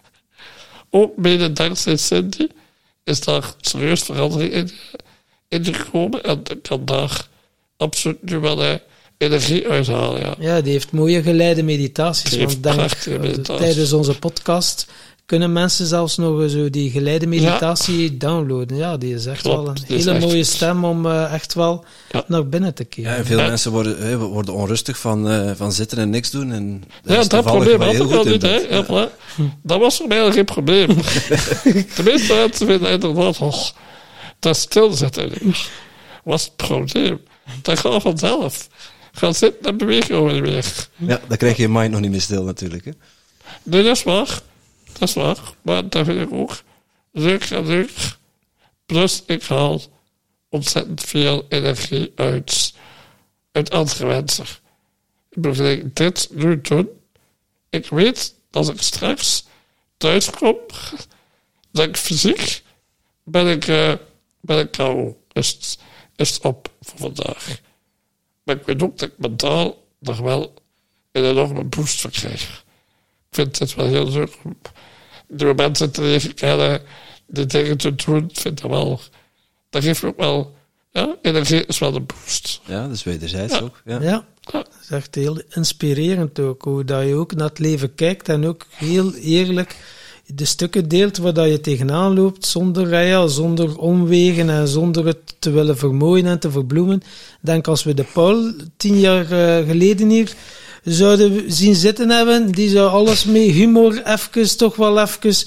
A: Ook mede dankzij Cindy is daar serieus verandering in gekomen en ik kan daar absoluut nu wel energie uithalen. Ja.
C: Ja, die heeft mooie geleide meditaties.
A: Die heeft
C: Want
A: prachtige meditaties.
C: tijdens onze podcast kunnen mensen zelfs nog zo die geleide meditatie downloaden. Ja, die is echt
A: Klopt,
C: wel
A: die
C: een
A: is
C: hele
A: echt
C: mooie
A: goed.
C: stem om echt wel naar binnen te keren.
B: Ja, en veel mensen worden onrustig van zitten en niks doen. En
A: Ja,
B: is
A: dat
B: toevallig
A: probleem
B: waar je
A: had ik
B: heel
A: al
B: goed in
A: niet.
B: bent.
A: Hè? Ja, voilà. Dat was voor mij al geen probleem. De meeste mensen vinden inderdaad, dat stilzitten was het probleem. Dat gaat vanzelf. Ga zitten en bewegen over de weer.
B: Ja, dan krijg je je mind nog niet meer stil natuurlijk. Hè.
A: Nee, dat is waar. Dat is waar. Maar dat vind ik ook leuk en leuk. Plus, ik haal ontzettend veel energie uit andere mensen. Ik bedoel, dit nu doen. Ik weet dat ik straks thuis kom, dat ik fysiek ben ik KO. Is het op voor vandaag. Maar ik weet ook dat ik mentaal nog wel een enorme boost van krijg. Ik vind het wel heel leuk om nieuwe mensen te leren kennen, die dingen te doen. Ik vind dat wel, dat geeft me ook wel, ja, energie is wel een boost.
B: Ja, dat is wederzijds ook. Ja.
C: Ja, dat is echt heel inspirerend ook. Hoe dat je ook naar het leven kijkt en ook heel eerlijk de stukken deelt waar dat je tegenaan loopt, zonder omwegen en zonder het te willen vermooien en te verbloemen. Ik denk als we de Paul 10 jaar geleden hier zouden zien zitten hebben, die zou alles met humor toch wel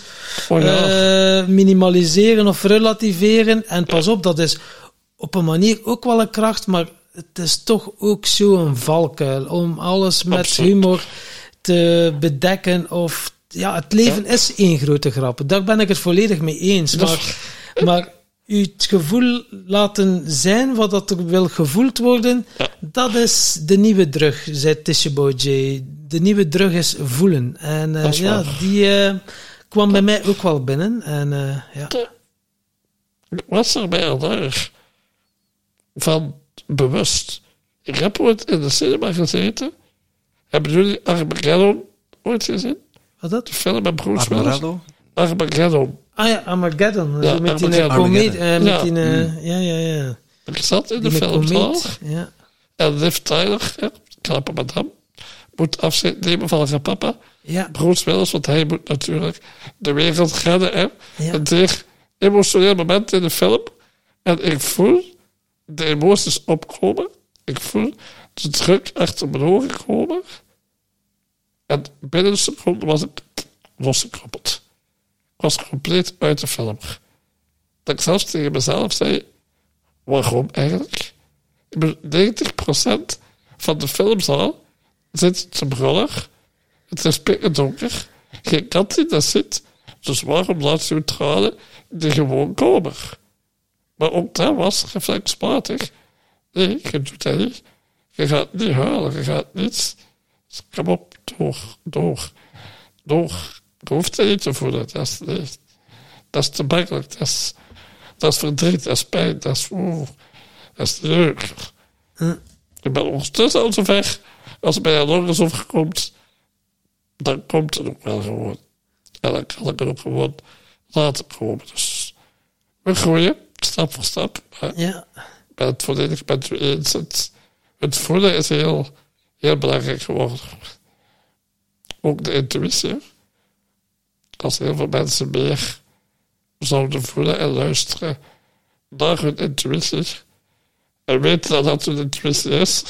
C: even minimaliseren of relativeren. En pas op, dat is op een manier ook wel een kracht, maar het is toch ook zo'n valkuil om alles met
A: Absoluut.
C: humor te bedekken of... Ja, het leven is één grote grap. Daar ben ik het volledig mee eens. Maar u het gevoel laten zijn wat dat er wil gevoeld worden, dat is de nieuwe drug, zei Tishabo J. De nieuwe drug is voelen. En die kwam bij mij ook wel binnen. En,
A: Was er mij al erg van bewust. Ik heb ooit in de cinema gezeten. Hebben jullie Armageddon ooit gezien?
C: Wat dat?
A: De film met Bruce Willis.
B: Armageddon?
A: Armageddon.
C: Ah ja, Armageddon.
A: Ja,
C: met die
A: Armageddon.
C: comedie. Ja.
A: Ik zat in de
C: Die
A: filmzaal.
C: komeet, ja.
A: En Liv Tyler, knappe madame, moet afscheid nemen van haar papa.
C: Ja.
A: Bruce Willis, want hij moet natuurlijk de wereld redden. Hè.
C: Ja.
A: Een zeer emotioneel moment in de film. En ik voel de emoties opkomen. Ik voel de druk achter mijn ogen komen. En binnen een seconde was ik losgekroppeld. Ik was compleet uit de film. Dat ik zelfs tegen mezelf zei, waarom eigenlijk? Ik bedoel, 90% van de filmzaal zit te brullen. Het is pikkendonker. Geen kat die dat zit. Dus waarom laat je tranen die gewoon komen? Maar ook dat was reflexmatig. Nee, je doet dat niet. Je gaat niet huilen, je gaat niets. Dus kom op, door. Je hoeft het niet te voelen. Dat is te makkelijk. Dat is verdriet, dat is pijn, dat is leuk. Ik ben ondertussen al zover. Als het bij jou nog eens overkomt, dan komt het ook wel gewoon. En dan kan ik het ook gewoon laten komen. Dus we groeien, stap voor stap.
C: Ja.
A: Ik ben het volledig met u eens. Het voelen is heel, heel belangrijk geworden. Ook de intuïtie. Als heel veel mensen meer zouden voelen en luisteren naar hun intuïtie en weten dat dat hun intuïtie is,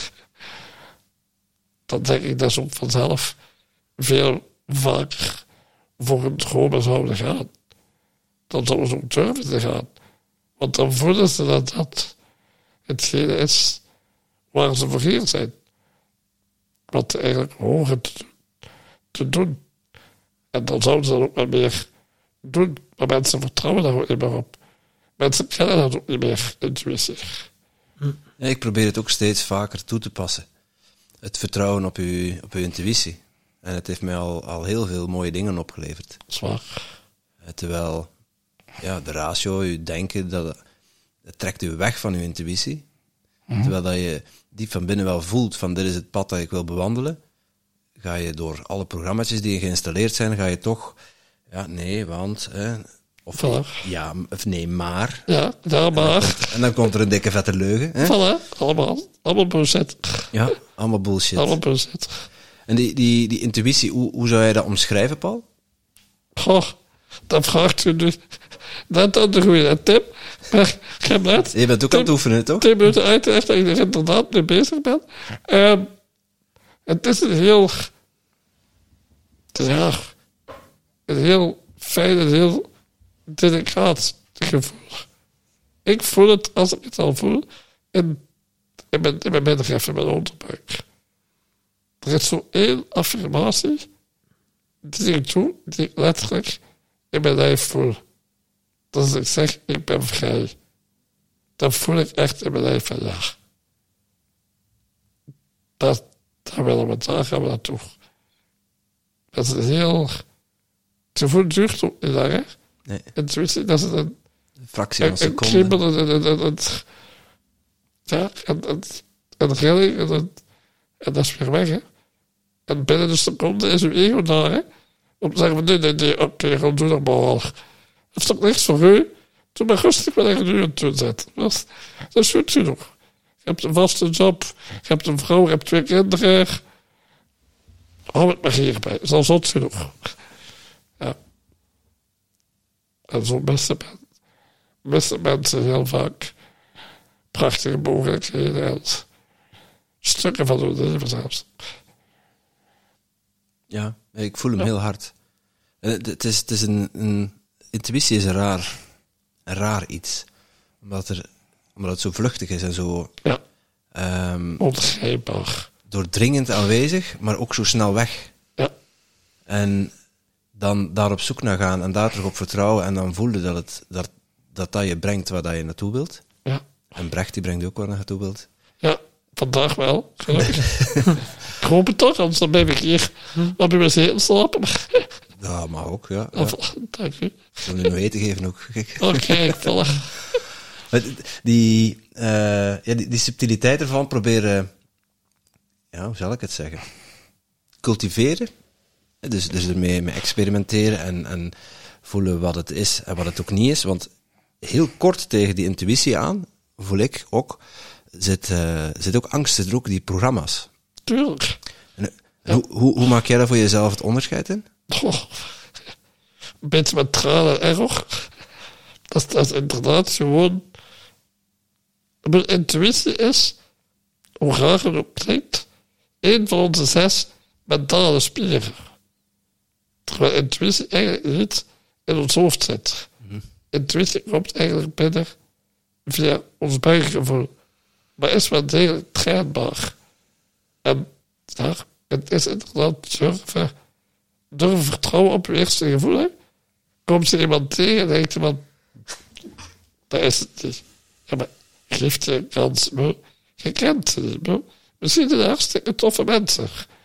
A: dan denk ik dat ze ook vanzelf veel vaker voor hun dromen zouden gaan. Dan zouden ze ook durven te gaan. Want dan voelen ze dat hetgene is waar ze voor hier zijn. Wat ze eigenlijk horen te doen. En dan zouden ze dat ook wel meer doen. Maar mensen vertrouwen daar ook niet meer op. mensen kennen dat ook niet meer, intuïtie.
B: Ja, ik probeer het ook steeds vaker toe te passen. Het vertrouwen op uw intuïtie. En het heeft mij al heel veel mooie dingen opgeleverd.
A: Zwaar.
B: Terwijl de ratio, uw denken, dat trekt u weg van uw intuïtie. Terwijl dat je diep van binnen wel voelt van dit is het pad dat ik wil bewandelen. Ga je door alle programma's die geïnstalleerd zijn, ga je toch... Ja, nee, want... Of ja, of nee, maar...
A: Ja, maar...
B: En dan komt er een dikke vette leugen. Hè?
A: Voilà, allemaal bullshit.
B: Ja, allemaal bullshit.
A: Allemaal bullshit.
B: En die intuïtie, hoe zou je dat omschrijven, Paul?
A: Goh, dat vraagt u nu net aan de goede tip. Maar ik heb net...
B: Je bent ook aan het oefenen, toch?
A: 10 minuten uitgelegd dat ik er inderdaad mee bezig ben. Het is een heel... Ja, een heel fijn en heel delicaat gevoel. Ik voel het, als ik het al voel, in mijn middenrif, in mijn onderbuik. Er is zo 1 affirmatie die ik doe, die ik letterlijk in mijn lijf voel. Dat is ik zeg, ik ben vrij. Dan voel ik echt in mijn lijf van ja. Daar willen we, daar gaan we naartoe. Dat is een heel... Het gevoel duurt ook niet lang, hè?
B: Nee.
A: Intuïtie, dat is een
B: fractie van een seconde.
A: Een rilling en dat is weer weg, hè? En binnen een seconde is uw ego daar, hè? Om te zeggen van nee, oké, gewoon doe dat maar al. Dat is toch niks voor u? Doe maar rustig wat je nu aan het doen zet. Dat is goed genoeg. Je hebt een vaste job, je hebt een vrouw, je hebt 2 kinderen. Hou het maar hierbij, dat is al zot genoeg. Ja. En zo missen mensen heel vaak prachtige mogelijkheden en stukken van hun leven zelfs.
B: Ja, ik voel hem heel hard. Het is een intuïtie is een raar iets. Omdat het zo vluchtig is en zo...
A: Ja, ongrijpbaar.
B: Doordringend aanwezig, maar ook zo snel weg.
A: Ja.
B: En dan daar op zoek naar gaan en daar terug op vertrouwen en dan voelde dat je brengt waar je naartoe wilt.
A: Ja.
B: En Brecht die brengt ook waar je naartoe wilt.
A: Ja, vandaag wel. Ik hoop het toch, anders dan ben ik hier op uw zetel slapen.
B: Ja, mag ook, ja.
A: Dank u.
B: Ik wil u nog eten geven ook.
A: Oké, voilà.
B: Die subtiliteit ervan proberen... Ja, hoe zal ik het zeggen? Cultiveren. Dus ermee experimenteren en voelen wat het is en wat het ook niet is. Want heel kort tegen die intuïtie aan, voel ik ook, zit ook angst, zit er ook die programma's.
A: Tuurlijk.
B: En hoe maak jij daar voor jezelf het onderscheid in?
A: Een beetje met tranen en error. Dat is inderdaad gewoon... Mijn intuïtie is, hoe graag het ook klinkt, 1 van onze 6 mentale spieren. Terwijl intuïtie eigenlijk niet in ons hoofd zit. Intuïtie komt eigenlijk binnen via ons buikgevoel. Maar is wel degelijk trainbaar. En ja, het is inderdaad durven vertrouwen op je eerste gevoel. Hè. Komt je iemand tegen en denkt iemand, dat is het niet. Ja, maar geef je een kans, maar je kent ze niet, maar misschien zijn hartstikke toffe mensen.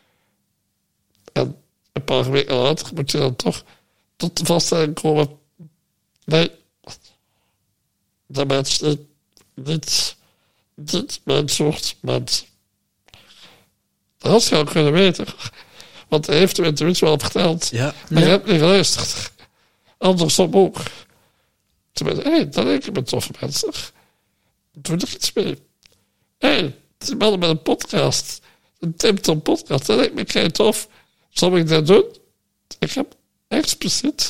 A: En een paar weken later moet je dan toch tot de vaststelling komen, nee, dat mensen niet mijn soort mens. Dat had je al kunnen weten. Want hij heeft hem intuïtie wel verteld.
B: Ja.
A: Maar je hebt niet geluisterd. Andersom ook. Toen ben ik, dat denk ik met toffe mensen. Doe er iets mee. Die mannen met een podcast. Een Tim Tom podcast. Dat lijkt me kei tof. Zal ik dat doen? Ik heb expliciet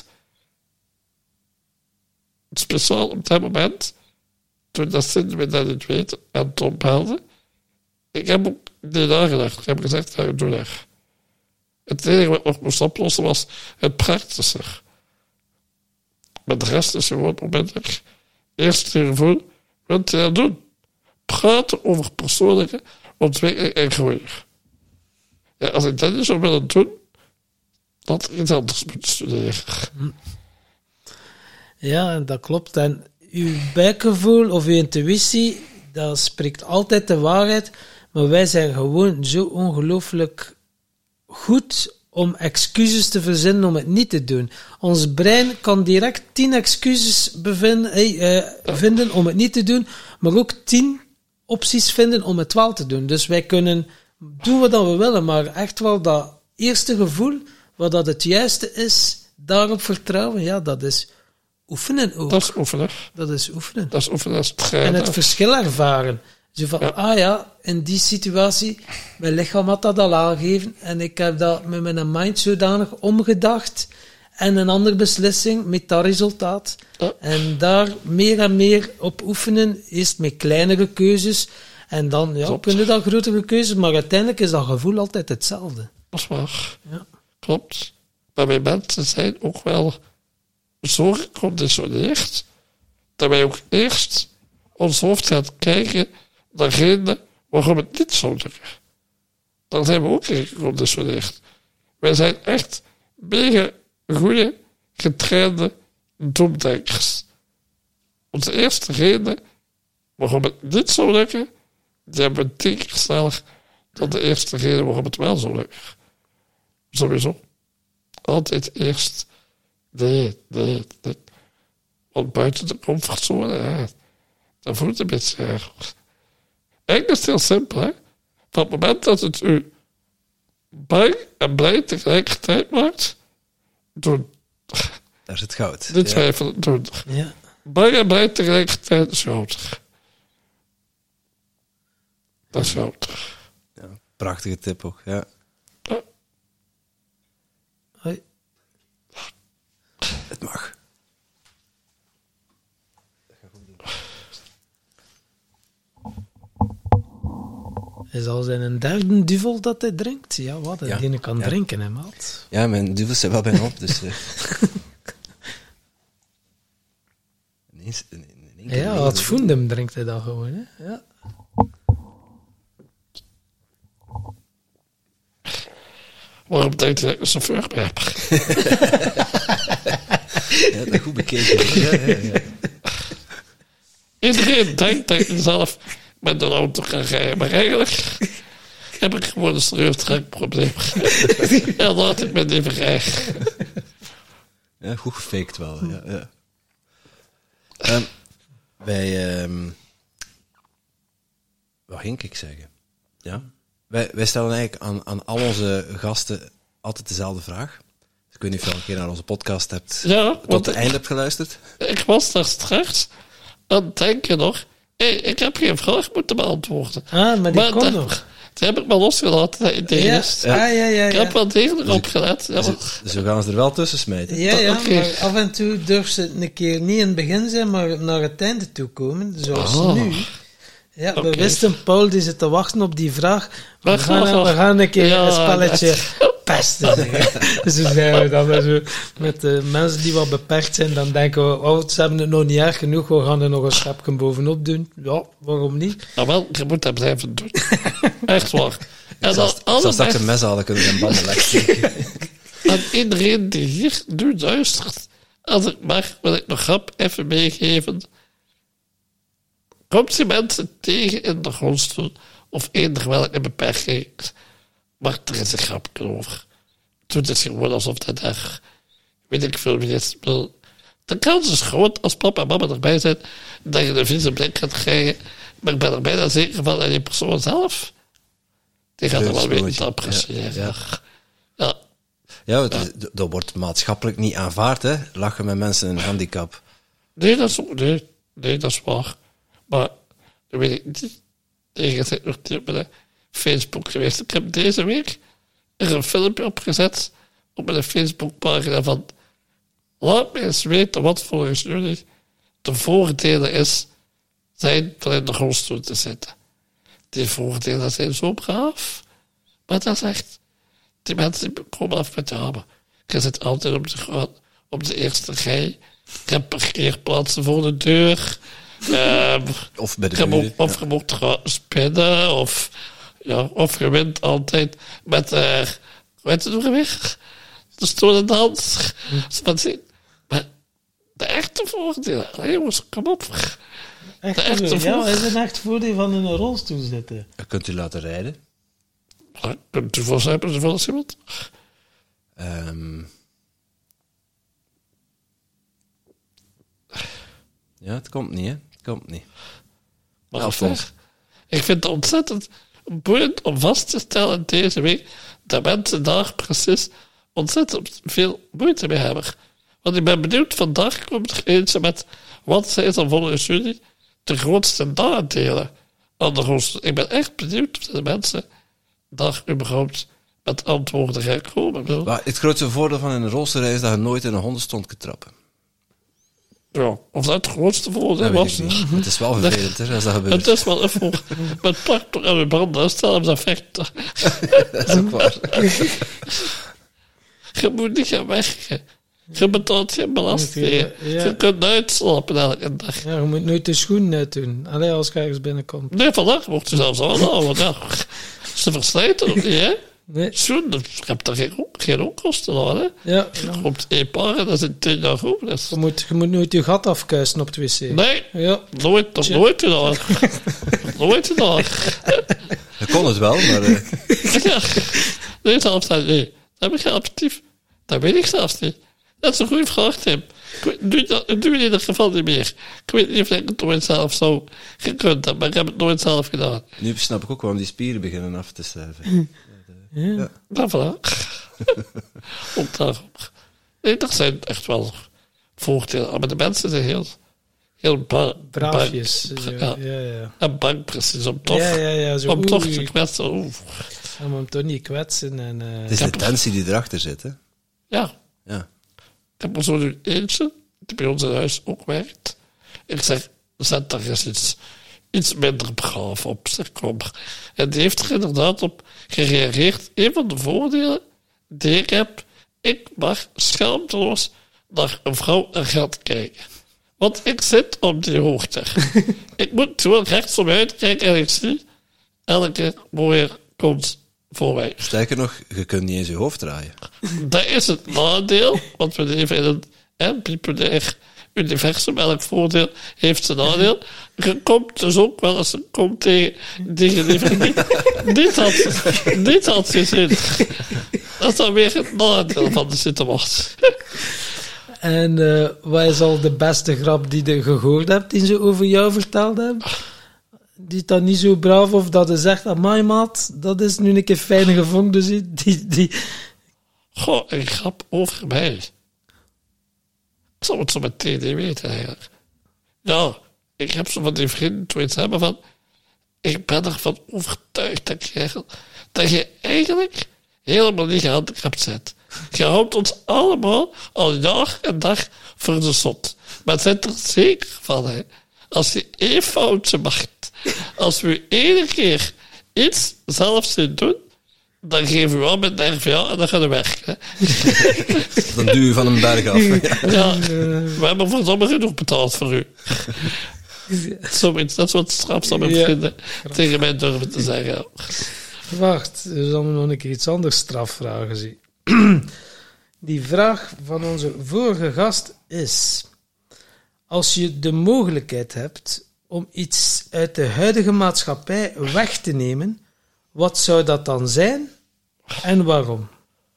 A: speciaal op dat moment, toen dat Cindy me dat niet weet en Tom belde, ik heb ook niet nagedacht. Ik heb gezegd, ja, ik doe dat. Het enige wat ik nog moest oplossen was het praktische. Maar de rest is gewoon onmiddellijk. Eerst je gevoel, wat je doen? Praten over persoonlijke ontwikkeling en groei. Ja, als ik dat niet zou willen doen, had ik iets anders moeten studeren.
C: Ja, dat klopt. En uw buikgevoel of uw intuïtie, dat spreekt altijd de waarheid, maar wij zijn gewoon zo ongelooflijk goed om excuses te verzinnen om het niet te doen. Ons brein kan direct 10 excuses vinden om het niet te doen, maar ook 10 opties vinden om het wel te doen. Dus wij kunnen doen wat we willen, maar echt wel dat eerste gevoel, wat dat het juiste is, daarop vertrouwen, ja, dat is oefenen ook.
A: Dat is oefenen.
C: Dat is oefenen.
A: Dat is oefenen, dat is trainen.
C: En het verschil ervaren. Zo van, in die situatie, mijn lichaam had dat al aangegeven en ik heb dat met mijn mind zodanig omgedacht en een andere beslissing met dat resultaat.
A: Ja.
C: En daar meer en meer op oefenen, eerst met kleinere keuzes en dan kunnen dat grotere keuzes, maar uiteindelijk is dat gevoel altijd hetzelfde.
A: Dat is waar.
C: Ja.
A: Klopt. Maar wij mensen zijn ook wel zo geconditioneerd dat wij ook eerst ons hoofd gaan kijken naar reden waarom het niet zou lukken. Daar zijn we ook in geconditioneerd. Wij zijn echt mega goede, getrainde doemdenkers. Onze eerste reden waarom het niet zou lukken, die hebben we 10 keer sneller dan de eerste reden waarom het wel zou lukken. Sowieso. Altijd eerst nee. Want buiten de comfortzone, dat voelt een beetje erg. Eigenlijk is het heel simpel, hè. Van het moment dat het u bang en blij tegelijkertijd maakt, doen.
B: Daar zit goud.
A: Niet twijfelen, doen.
C: Ja.
A: Bang en blij tegelijkertijd is goud. Dat is goud.
B: Ja, prachtige tip ook, ja.
C: Hoi.
B: Het mag.
C: Is al zijn derde duvel dat hij drinkt? Ja, wat? Die ene kan drinken, hè, maat?
B: Ja, mijn duvels zijn wel bijna op, dus...
C: het Fundum drinkt hij dan gewoon, hè? Ja.
A: Waarom denkt je dat ik een chauffeur heb?
B: Ja, dat goed bekeken. Ja.
A: Iedereen denkt dat je zelf met een auto kan rijden, maar eigenlijk heb ik gewoon een serieus trekprobleem. En laat ik me niet verrijden.
B: Ja, goed gefaked wel. Ja. Wat ging ik zeggen? Ja. Wij stellen eigenlijk aan al onze gasten altijd dezelfde vraag. Dus ik weet niet of je al een keer naar onze podcast hebt tot het einde hebt geluisterd.
A: Ik was daar straks aan het denken nog. Ik heb geen vraag moeten beantwoorden.
C: Maar die komt nog.
A: Die heb ik maar losgelaten, dat idee is.
C: Ja.
A: Ik heb wel degelijk opgelet. Ja,
B: zo gaan ze er wel tussen smijten.
C: Ja, maar af en toe durf ze een keer niet in het begin zijn, maar naar het einde toe komen, zoals nu. Ja, we wisten, Paul die zit te wachten op die vraag. We gaan een keer een spelletje pesten. Dus zijn we dan met de mensen die wat beperkt zijn, dan denken we, ze hebben het nog niet erg genoeg, we gaan er nog een schepje bovenop doen. Ja, waarom niet?
A: Nou wel, je moet dat blijven doen. Echt waar.
B: En zelfs dat de mes hadden kunnen zijn banden leggen.
A: En iedereen die hier nu luistert, als ik mag, wil ik nog grap even meegeven. Komt je mensen tegen in de rolstoel of eender welke beperking, maar er is een grapje over. Doe het gewoon alsof dat daar, weet ik veel wie is. De kans is groot, als papa en mama erbij zijn, dat je een vieze blik gaat krijgen. Maar ik ben er bijna zeker van dat die persoon zelf, die gaat er wel weten te appreciëren.
B: Ja, dat wordt maatschappelijk niet aanvaard, hè? Lachen met mensen in een handicap.
A: Nee, dat is waar. Maar, dat weet ik niet. Je bent nog niet op mijn Facebook geweest. Ik heb deze week er een filmpje opgezet op mijn Facebookpagina van laat me eens weten wat volgens jullie de voordelen zijn van in de rolstoel te zitten. Die voordelen zijn zo braaf. Maar dat is echt, die mensen die komen af met de je zit altijd op de eerste rij. Ik heb parkeerplaatsen voor de deur.
B: Of bij de buren.
A: Of je moet spinnen, of je wint altijd met, hoe heet het nog weer? De stoelendans. Maar De echte voordelen. Allee, jongens, kom op.
C: Echt ja, is een echt voordeel van in een rolstoel zitten.
B: Je kunt u laten rijden.
A: Ja, kunt u voorzijpen zoveel als je wilt?
B: Ja, het komt niet, hè. Het komt niet.
A: Maar
B: Alfons.
A: ik vind het ontzettend boeiend om vast te stellen deze week dat mensen daar precies ontzettend veel moeite mee hebben. Want ik ben benieuwd, vandaag komt er eentje met wat zijn dan volgens jullie de grootste nadelen aan de rolstoel. Ik ben echt benieuwd of de mensen daar überhaupt met antwoorden gaan komen.
B: Maar het grootste voordeel van in een rolstoel is dat je nooit in een hondenstonk kunt trappen.
A: Ja, of dat het grootste voordeel
B: Dat
A: was.
B: weet ik niet. Het is wel vervelend, hè, als dat gebeurt.
A: Het is wel even met tractor en met banden, hetzelfde effect.
B: Dat is ook waar.
A: Je moet niet gaan werken. Je betaalt geen belasting.
C: Ja.
A: Je kunt uitslapen elke dag.
C: Ja, je moet nooit de schoenen uitdoen. Alleen als je ergens binnenkomt.
A: Nee, vandaag wordt je zelfs aan, want ja, ze verslijten ook niet, hè.
C: Nee.
A: Schoen, je hebt daar geen onkosten aan, hè.
C: Ja.
A: Je koopt 1 paar en dat is in 10 jaar goed. Dus.
C: Je moet nooit je gat afkuisen op het wc.
A: Nee,
C: Ja.
A: nooit gedaan. Nooit gedaan.
B: Je kon het wel, maar...
A: Ja, nee, zelfs dat, nee. Dat heb ik geen alternatief. Dat weet ik zelfs niet. Dat is een goede vraag, Tim. Doe in ieder geval niet meer. Ik weet niet of ik het nooit zelf zo gekund heb, maar ik heb het nooit zelf gedaan.
B: Nu snap ik ook waarom die spieren beginnen af te sterven.
C: Ja.
A: Nou, voilà. Ook daarom. Nee, dat zijn echt wel voordelen. Maar de mensen zijn heel
C: Braafjes.
A: bang.
C: Zo. Ja.
A: En bang precies om toch,
C: Zo,
A: om toch te kwetsen.
C: Om hem toch niet kwetsen. En,
B: Het is de tensie die erachter zit, hè.
A: Ja.
B: Ja.
A: Ik heb er zo nu eentje, die bij ons in huis ook werkt. Ik zeg, zet daar eens iets minder braaf op, zeg, kom maar. En die heeft er inderdaad op gereageerd. Een van de voordelen die ik heb, ik mag schaamteloos naar een vrouw en geld kijken. Want ik zit op die hoogte. Ik moet gewoon rechtsom uitkijken en ik zie elke mooie kont voor mij.
B: Sterker nog, je kunt niet eens je hoofd draaien.
A: Dat is het nadeel, want we leven in een bipolair universum. Elk voordeel heeft zijn nadeel. Je komt dus ook wel eens een kont tegen die je liever niet had gezien. Dat is dan weer het nadeel van de situatie.
C: En wat is al de beste grap die je gehoord hebt, die ze over jou verteld hebben? Die is dan niet zo braaf of dat je zegt, amai maat, dat is nu een keer fijn gevonden. Dus
A: Goh, een grap over mij. Ik zou het zo meteen niet weten eigenlijk. Ja, ik heb zo van die vrienden zoiets hebben van, ik ben ervan overtuigd dat je eigenlijk helemaal niet gehandicapt bent. Je houdt ons allemaal al jaar en dag voor de zot. Maar zet er zeker van, hè, als je één foutje maakt, als we ene keer iets zelf zien doen, dan geven we aan met de RVA en dan gaan we weg. Hè.
B: Dan duw je van een berg af.
A: Ja, we hebben voor sommigen genoeg betaald voor u. Zoiets, dat is wat straf aan mijn vrienden tegen mij durven te zeggen.
C: Wacht, we zullen nog een keer iets anders strafvragen zien. Die vraag van onze vorige gast is: als je de mogelijkheid hebt om iets uit de huidige maatschappij weg te nemen, wat zou dat dan zijn en waarom?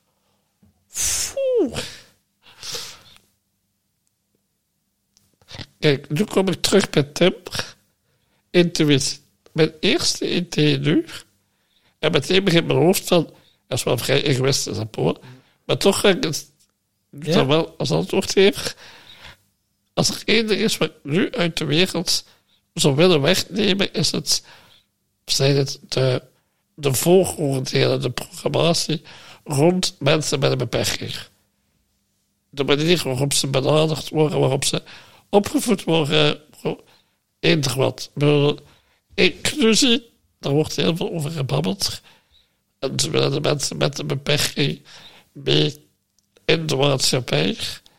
A: Kijk, nu kom ik terug bij Tim. Intuïtie. Mijn eerste idee nu, en meteen begint mijn hoofd van, dat is wel vrij egoïstisch, maar toch ga ik het dan wel als antwoord geven. Als er één ding is wat ik nu uit de wereld zou willen wegnemen, zijn het de vooroordelen, de programmatie rond mensen met een beperking. De manier waarop ze benaderd worden, waarop ze opgevoed worden, eender wat. Inclusie, daar wordt heel veel over gebabbeld. En ze willen de mensen met een beperking mee in de maatschappij.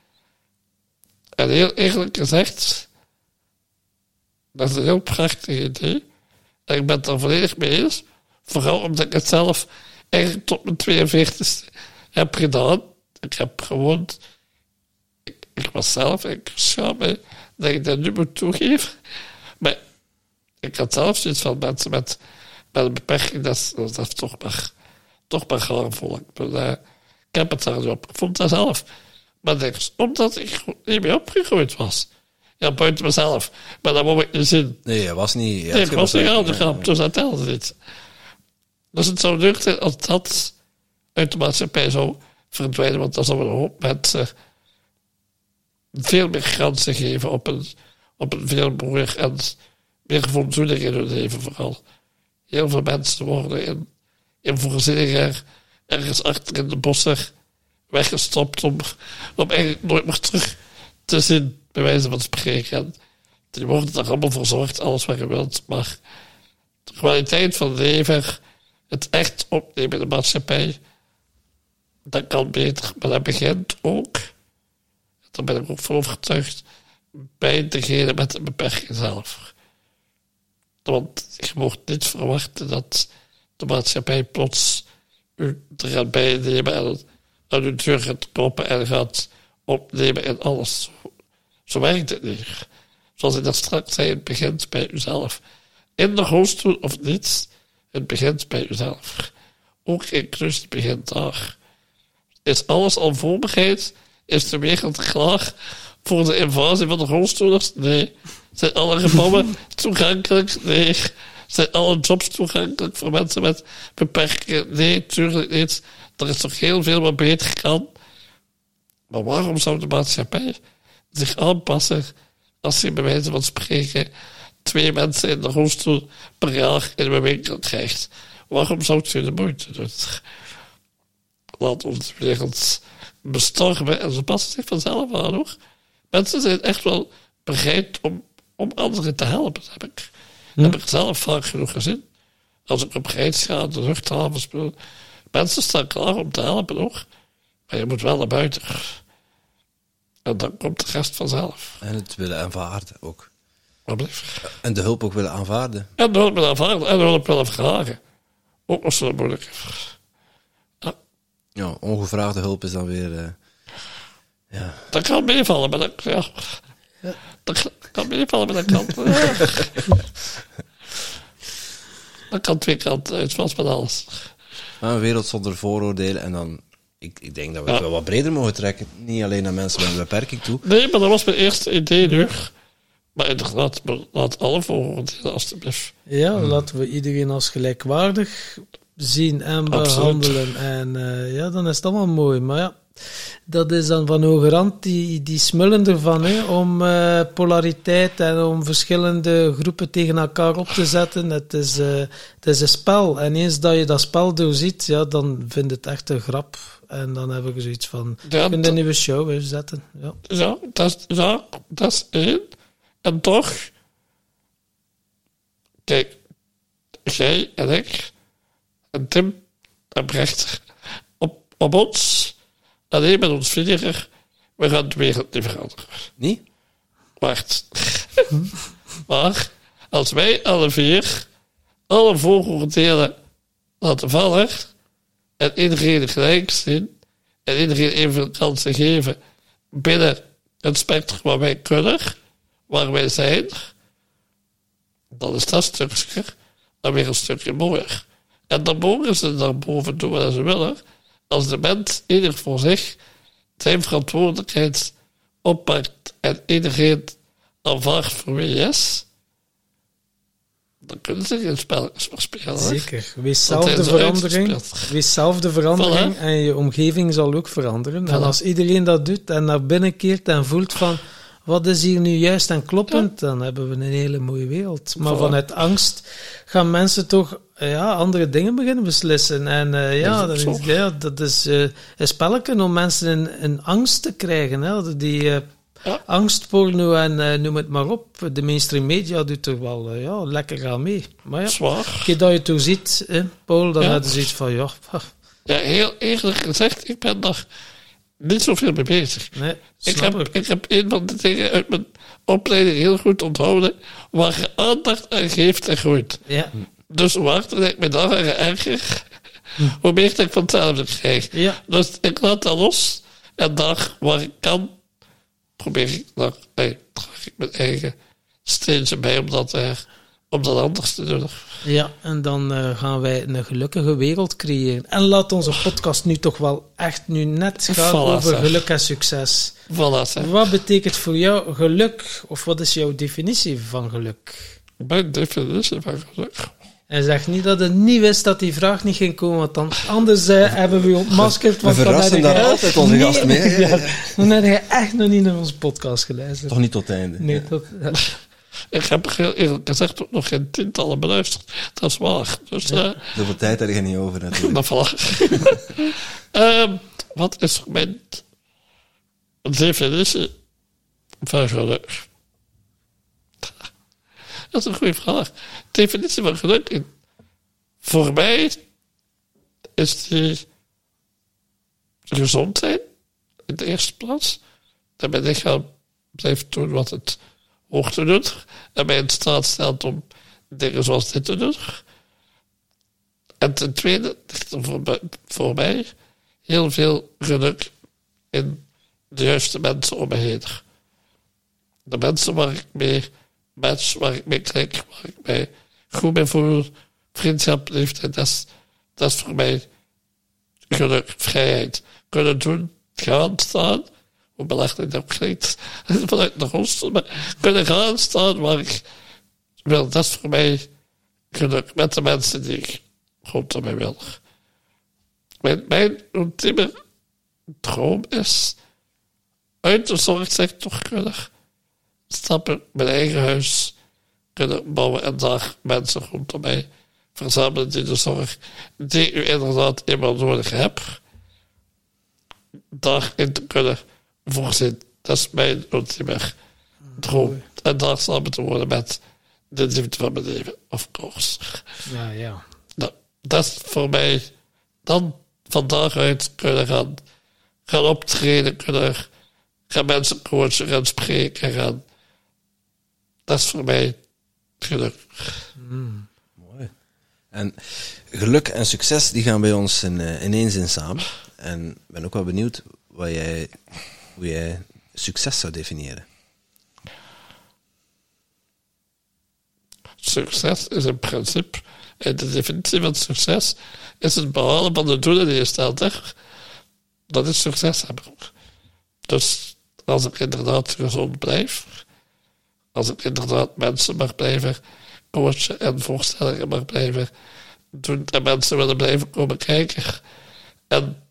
A: En heel eerlijk gezegd, dat is een heel prachtig idee. En ik ben het daar volledig mee eens. Vooral omdat ik het zelf eigenlijk tot mijn 42e heb gedaan. Ik heb gewoond. Ik ik was zelf, ik schaam me dat ik dat nu moet toegeven. Maar ik had zelf zoiets van mensen met een beperking, dat is toch maar harmvol. Ik heb het daar niet op. Ik vond dat zelf. Maar omdat ik niet meer opgegroeid was. Ja, buiten mezelf. Maar dat moet ik niet zien.
B: Nee, hij was niet...
A: Nee, ik was niet aan de grap, dus dat telde niet. Dus het zou leuk zijn als dat uit de maatschappij zou verdwijnen, want dan zouden we een hoop mensen veel meer kansen geven op een veel mooier en meer voldoening in hun leven vooral. Heel veel mensen worden in voorzieningen ergens achter in de bossen weggestopt om eigenlijk nooit meer terug te zien, bij wijze van spreken. En die worden daar allemaal verzorgd, alles wat je wilt, maar de kwaliteit van leven, het echt opnemen in de maatschappij, dat kan beter, maar dat begint ook, daar ben ik ook van overtuigd, bij degene met een beperking zelf. Want je moet niet verwachten dat de maatschappij plots u er gaat bijnemen en aan uw deur gaat kloppen en gaat opnemen en alles. Zo werkt het niet. Zoals ik dat straks zei, het begint bij uzelf. In de rolstoel of niet, het begint bij uzelf. Ook inclusie begint daar. Is alles al voorbereid? Is de wereld klaar voor de invasie van de rolstoelers? Nee. Zijn alle gebouwen toegankelijk? Nee. Zijn alle jobs toegankelijk voor mensen met beperkingen? Nee, tuurlijk niet. Er is toch heel veel wat beter kan. Maar waarom zou de maatschappij zich aanpassen als je bij wijze van spreken 2 mensen in de rolstoel per jaar in een winkel krijgt? Waarom zou je de moeite doen? Laat onze wereld bestormen en ze passen zich vanzelf aan, hoor. Mensen zijn echt wel bereid om anderen te helpen, heb ik zelf vaak genoeg gezien. Als ik op reis ga, de luchthavens, mensen staan klaar om te helpen, hoor. Maar je moet wel naar buiten. En dan komt de rest vanzelf.
B: En het willen aanvaarden ook.
A: Wat blijft?
B: En de hulp ook willen aanvaarden.
A: En de hulp willen aanvaarden en de hulp willen vragen. Ook nog zo moeilijk.
B: Ja, ongevraagde hulp is dan weer... ja.
A: Dat kan meevallen, maar dat kan meevallen, maar dat kan... dat kan 2 kanten uit, zoals met alles.
B: Maar een wereld zonder vooroordelen en dan... Ik denk dat we het wel wat breder mogen trekken. Niet alleen naar mensen met een beperking toe.
A: Nee, maar dat was mijn eerste idee nu. Maar inderdaad, laat alle vooroordelen alstublieft.
C: Ja, laten we iedereen als gelijkwaardig zien en behandelen. En ja, dan is het allemaal mooi. Maar ja, dat is dan van hoge rand, die smullen ervan, hè, om polariteit en om verschillende groepen tegen elkaar op te zetten. Het is een spel. En eens dat je dat spel doorziet, ja, dan vind je het echt een grap. En dan heb ik zoiets van,
A: ja,
C: je kunt een nieuwe show weer zetten. Ja,
A: dat is 1. En toch, kijk, jij en ik, en Tim en Brecht, op ons, alleen met ons 4, we gaan de wereld niet veranderen.
B: Niet?
A: Wacht. Maar, als wij alle 4, alle vooroordelen laten vallen, en iedereen gelijk zien, en iedereen evenveel kansen geven binnen het spectrum waar wij kunnen, waar wij zijn, dan is dat stukje dan weer een stukje mooier. En dan mogen ze daarboven doen wat ze willen, als de mens ieder voor zich zijn verantwoordelijkheid oppakt en iedereen aanvaardt voor wie hij is, dan kunnen ze geen spelletjes meer spelen.
C: Zeker. Wees zelf de verandering en je omgeving zal ook veranderen. En als iedereen dat doet en naar binnen keert en voelt van wat is hier nu juist en kloppend, dan hebben we een hele mooie wereld. Maar vanuit angst gaan mensen toch andere dingen beginnen beslissen. En dat is een spelletje om mensen in angst te krijgen. Hè. Die angstporno en noem het maar op. De mainstream media doet er wel lekker aan mee. Maar ja, als je dat je toch ziet, Paul, dan heb je zoiets van ja,
A: heel eerlijk gezegd, ik ben daar niet zoveel mee bezig.
C: Nee,
A: ik heb een van de dingen uit mijn opleiding heel goed onthouden, waar je aandacht aan geeft en groeit.
C: Ja.
A: Dus hoe harder ik me daar erger, hoe meer ik van hetzelfde krijg.
C: Ja.
A: Dus ik laat dat los en daar waar ik kan, probeer ik draag ik mijn eigen steentje bij om dat anders te doen.
C: Ja, en dan gaan wij een gelukkige wereld creëren. En laat onze podcast nu toch wel echt nu net gaan over geluk en succes. Wat betekent voor jou geluk? Of wat is jouw definitie van geluk?
A: Mijn definitie van geluk?
C: Hij zegt niet dat het niet wist dat die vraag niet ging komen, want dan anders hebben we je ontmaskerd.
B: We verrassen daar altijd onze gast mee.
C: Dan heb je echt nog niet naar onze podcast geluisterd.
B: Toch niet tot het einde.
C: Nee,
A: Ik heb heel eerlijk gezegd ook nog geen tientallen beluisterd. Dat is waar. Dus,
B: zoveel tijd heb je niet over natuurlijk.
A: Wat is mijn definitie van geluk? Dat is een goede vraag. Definitie van geluk. Voor mij is die gezondheid in de eerste plaats. Dat mijn lichaam blijft doen wat het hoort te doen. En mij in staat stelt om dingen zoals dit te doen. En ten tweede ligt er voor mij heel veel geluk in de juiste mensen om me heen. De mensen waar ik mee match, waar ik mee klik, waar ik mij goed mee voel, vriendschap, liefde, dat is voor mij geluk, vrijheid. Kunnen doen, gaan staan, hoe belachelijk dat klinkt, vanuit de rooster, maar kunnen gaan staan waar ik wil. Dat is voor mij geluk, met de mensen die ik rondom mij wil. Mijn ultieme droom is uit de zorgsector kunnen stappen, mijn eigen huis kunnen bouwen en daar mensen rondom mij verzamelen die de zorg die u inderdaad eenmaal nodig hebt, daarin te kunnen voorzien. Dat is mijn ultieme droom. En daar samen te worden met de liefde van mijn leven, of course.
C: Ja.
A: Nou, dat is voor mij dan van daaruit kunnen gaan optreden, gaan mensen coachen, gaan spreken, gaan. Dat is voor mij geluk.
B: Mooi. En geluk en succes die gaan bij ons in één zin samen. En ik ben ook wel benieuwd hoe jij succes zou definiëren.
A: Succes is in principe, de definitie van succes is het behalen van de doelen die je stelt. Hè? Dat is succes hebben. Dus als ik inderdaad gezond blijf, als ik inderdaad mensen mag blijven coachen en voorstellingen mag blijven doen en mensen willen blijven komen kijken en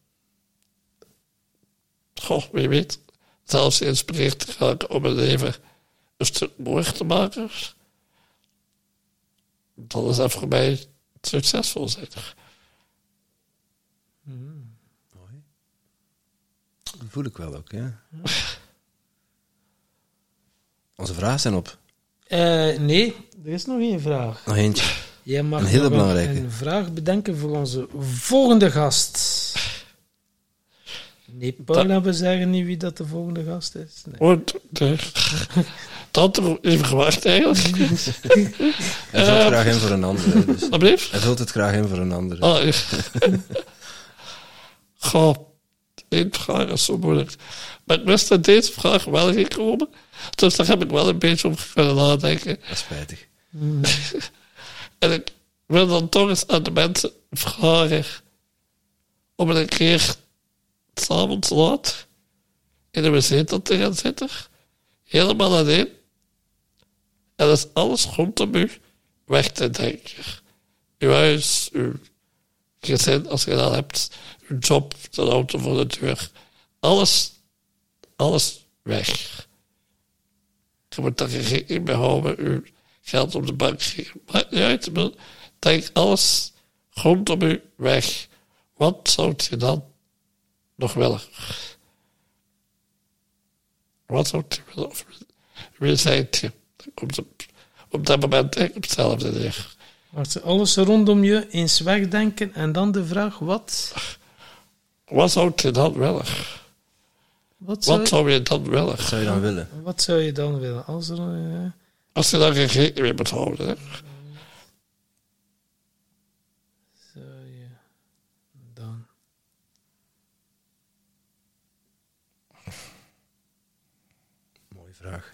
A: wie weet, zelfs geïnspireerd te raken om mijn leven een stuk mooier te maken, dan is dat voor mij succesvol zijn.
B: Mooi. Dat voel ik wel ook, ja. Onze vragen zijn op.
C: Nee, er is nog één vraag.
B: Nog eentje.
C: Jij mag
B: een hele belangrijke.
C: Een vraag bedenken voor onze volgende gast. Nee, Paul, we zeggen niet wie dat de volgende gast is. Nee.
A: Dat had er even gewacht eigenlijk.
B: Hij vult graag in voor een ander. Dus.
A: Hij
B: vult het graag in voor een ander.
A: Goh, één vraag is zo moeilijk. Maar ik wist dat deze vraag wel ging komen. Dus daar heb ik wel een beetje over kunnen nadenken.
B: Dat is spijtig.
A: En ik wil dan toch eens aan de mensen vragen om een keer 's avonds laat in een zetel te gaan zitten. Helemaal alleen. En dat is alles rondom u weg te denken. Uw huis, uw gezin, als je dat hebt. Uw job, de auto voor de deur. Alles weg. Je moet daar rekening mee houden. Uw geld op de bank. Maakt niet uit. Denk alles rondom u weg. Wat zou je dan nog willen? Wat zou je willen? Of wie zijt je? Dan komt het op dat moment op hetzelfde neer.
C: Alles rondom je eens wegdenken en dan de vraag, wat?
A: Wat zou je dan willen? Wat zou je dan willen?
B: Wat zou je dan willen?
C: Wat zou je dan willen?
A: Als je daar geen rekening mee moet houden. Hè?
C: Zou je dan...
B: vraag.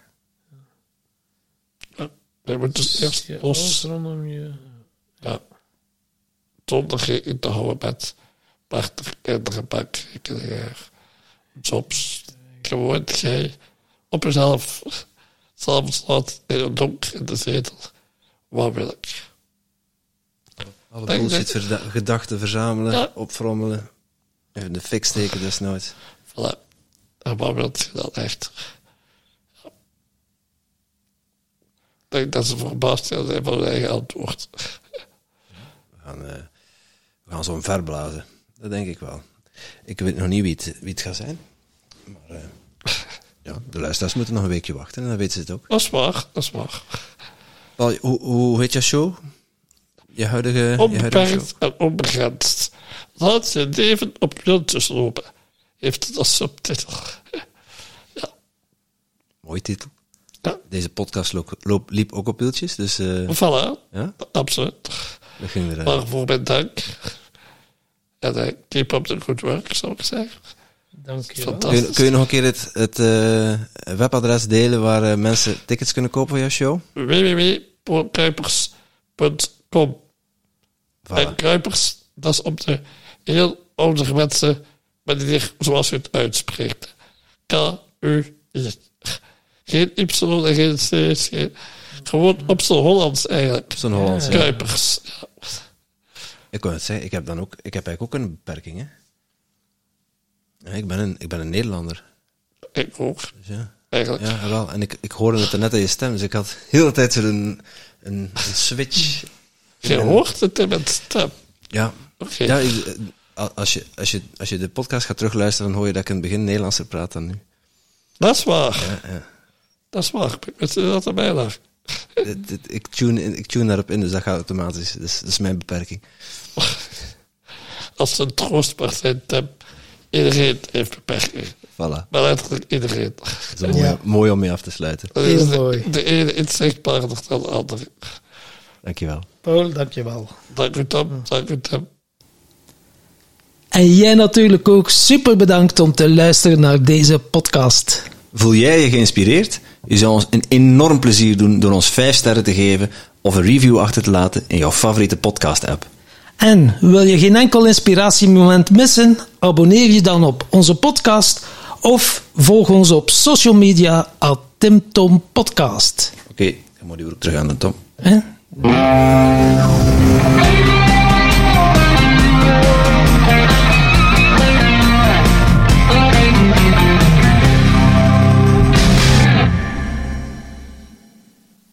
A: Ja, je moet dus eerst los.
C: rondom je.
A: Ja. Zonder rekening te houden met prachtige kinderen, bankrekeningen, jobs. Gewoon jij op jezelf, s'avonds laat in het donker in de zetel. Wat wil ik?
B: Alle bullshit gedachten verzamelen,
A: Ja.
B: opfrommelen. Even de fik steken desnoods.
A: Voilà. En wat wil je dan echt? Ja. Ik denk dat ze verbaasd zijn van hun eigen antwoord.
B: We gaan zo verblazen. Dat denk ik wel. Ik weet nog niet wie het gaat zijn. Maar ja, de luisteraars moeten nog een weekje wachten en dan weten ze het ook.
A: Dat is waar.
B: Paul, hoe heet jouw show? Je huidige show?
A: Onbeperkt en onbegrensd. Laat je leven op wieltjes lopen. Heeft het als subtitel. Ja.
B: Mooie titel.
A: Ja.
B: Deze podcast liep ook op wieltjes, dus
A: Voilà.
B: ja,
A: Absoluut.
B: dat ging eruit.
A: Waarvoor mijn dank. En keep up the good work, zou ik zeggen.
C: Dank je wel.
A: Fantastisch.
B: Kun je nog een keer het webadres delen waar mensen tickets kunnen kopen voor jouw show?
A: www.kuipers.com. En
B: Voilà.
A: Kuipers, dat is op de heel ouderwetse manier zoals je het uitspreekt. K-U-I. Geen Y en geen C. Gewoon op zijn Hollands eigenlijk.
B: Zo'n Hollandse.
A: Kuipers. Ja.
B: Ik kon het zeggen, ik heb eigenlijk ook een beperking, hè. Ja, ik ben een Nederlander.
A: Ik ook,
B: Dus ja.
A: eigenlijk.
B: Ja, wel. En ik hoorde het net aan je stem, dus ik had heel de tijd zo'n een switch.
A: Je hoort het in mijn stem.
B: Ja.
A: Oké.
B: Ja, als je de podcast gaat terugluisteren, dan hoor je dat ik in het begin Nederlandser praat dan nu.
A: Dat is waar.
B: Ja.
A: Dat is waar. Ik weet dat erbij lag.
B: Ik tune daarop in, dus dat gaat automatisch. Dus dat is mijn beperking.
A: Als een troostbaar zijn, Tim. Iedereen heeft beperkingen.
B: Voilà.
A: Maar letterlijk iedereen.
B: Dat is mooi om mee af te sluiten.
A: Dat
C: Heel
A: is
C: mooi.
A: de ene inzichtbaarder dan de andere.
B: Dankjewel.
C: Paul, dankjewel.
A: Dank u, Tim. Dank u, Tim.
C: En jij natuurlijk ook super bedankt om te luisteren naar deze podcast.
B: Voel jij je geïnspireerd? Je zou ons een enorm plezier doen door ons 5 sterren te geven of een review achter te laten in jouw favoriete podcast-app.
C: En wil je geen enkel inspiratiemoment missen? Abonneer je dan op onze podcast of volg ons op social media @TimTomPodcast.
B: Oké, dan moet je weer terug aan de Tom.
C: Hè?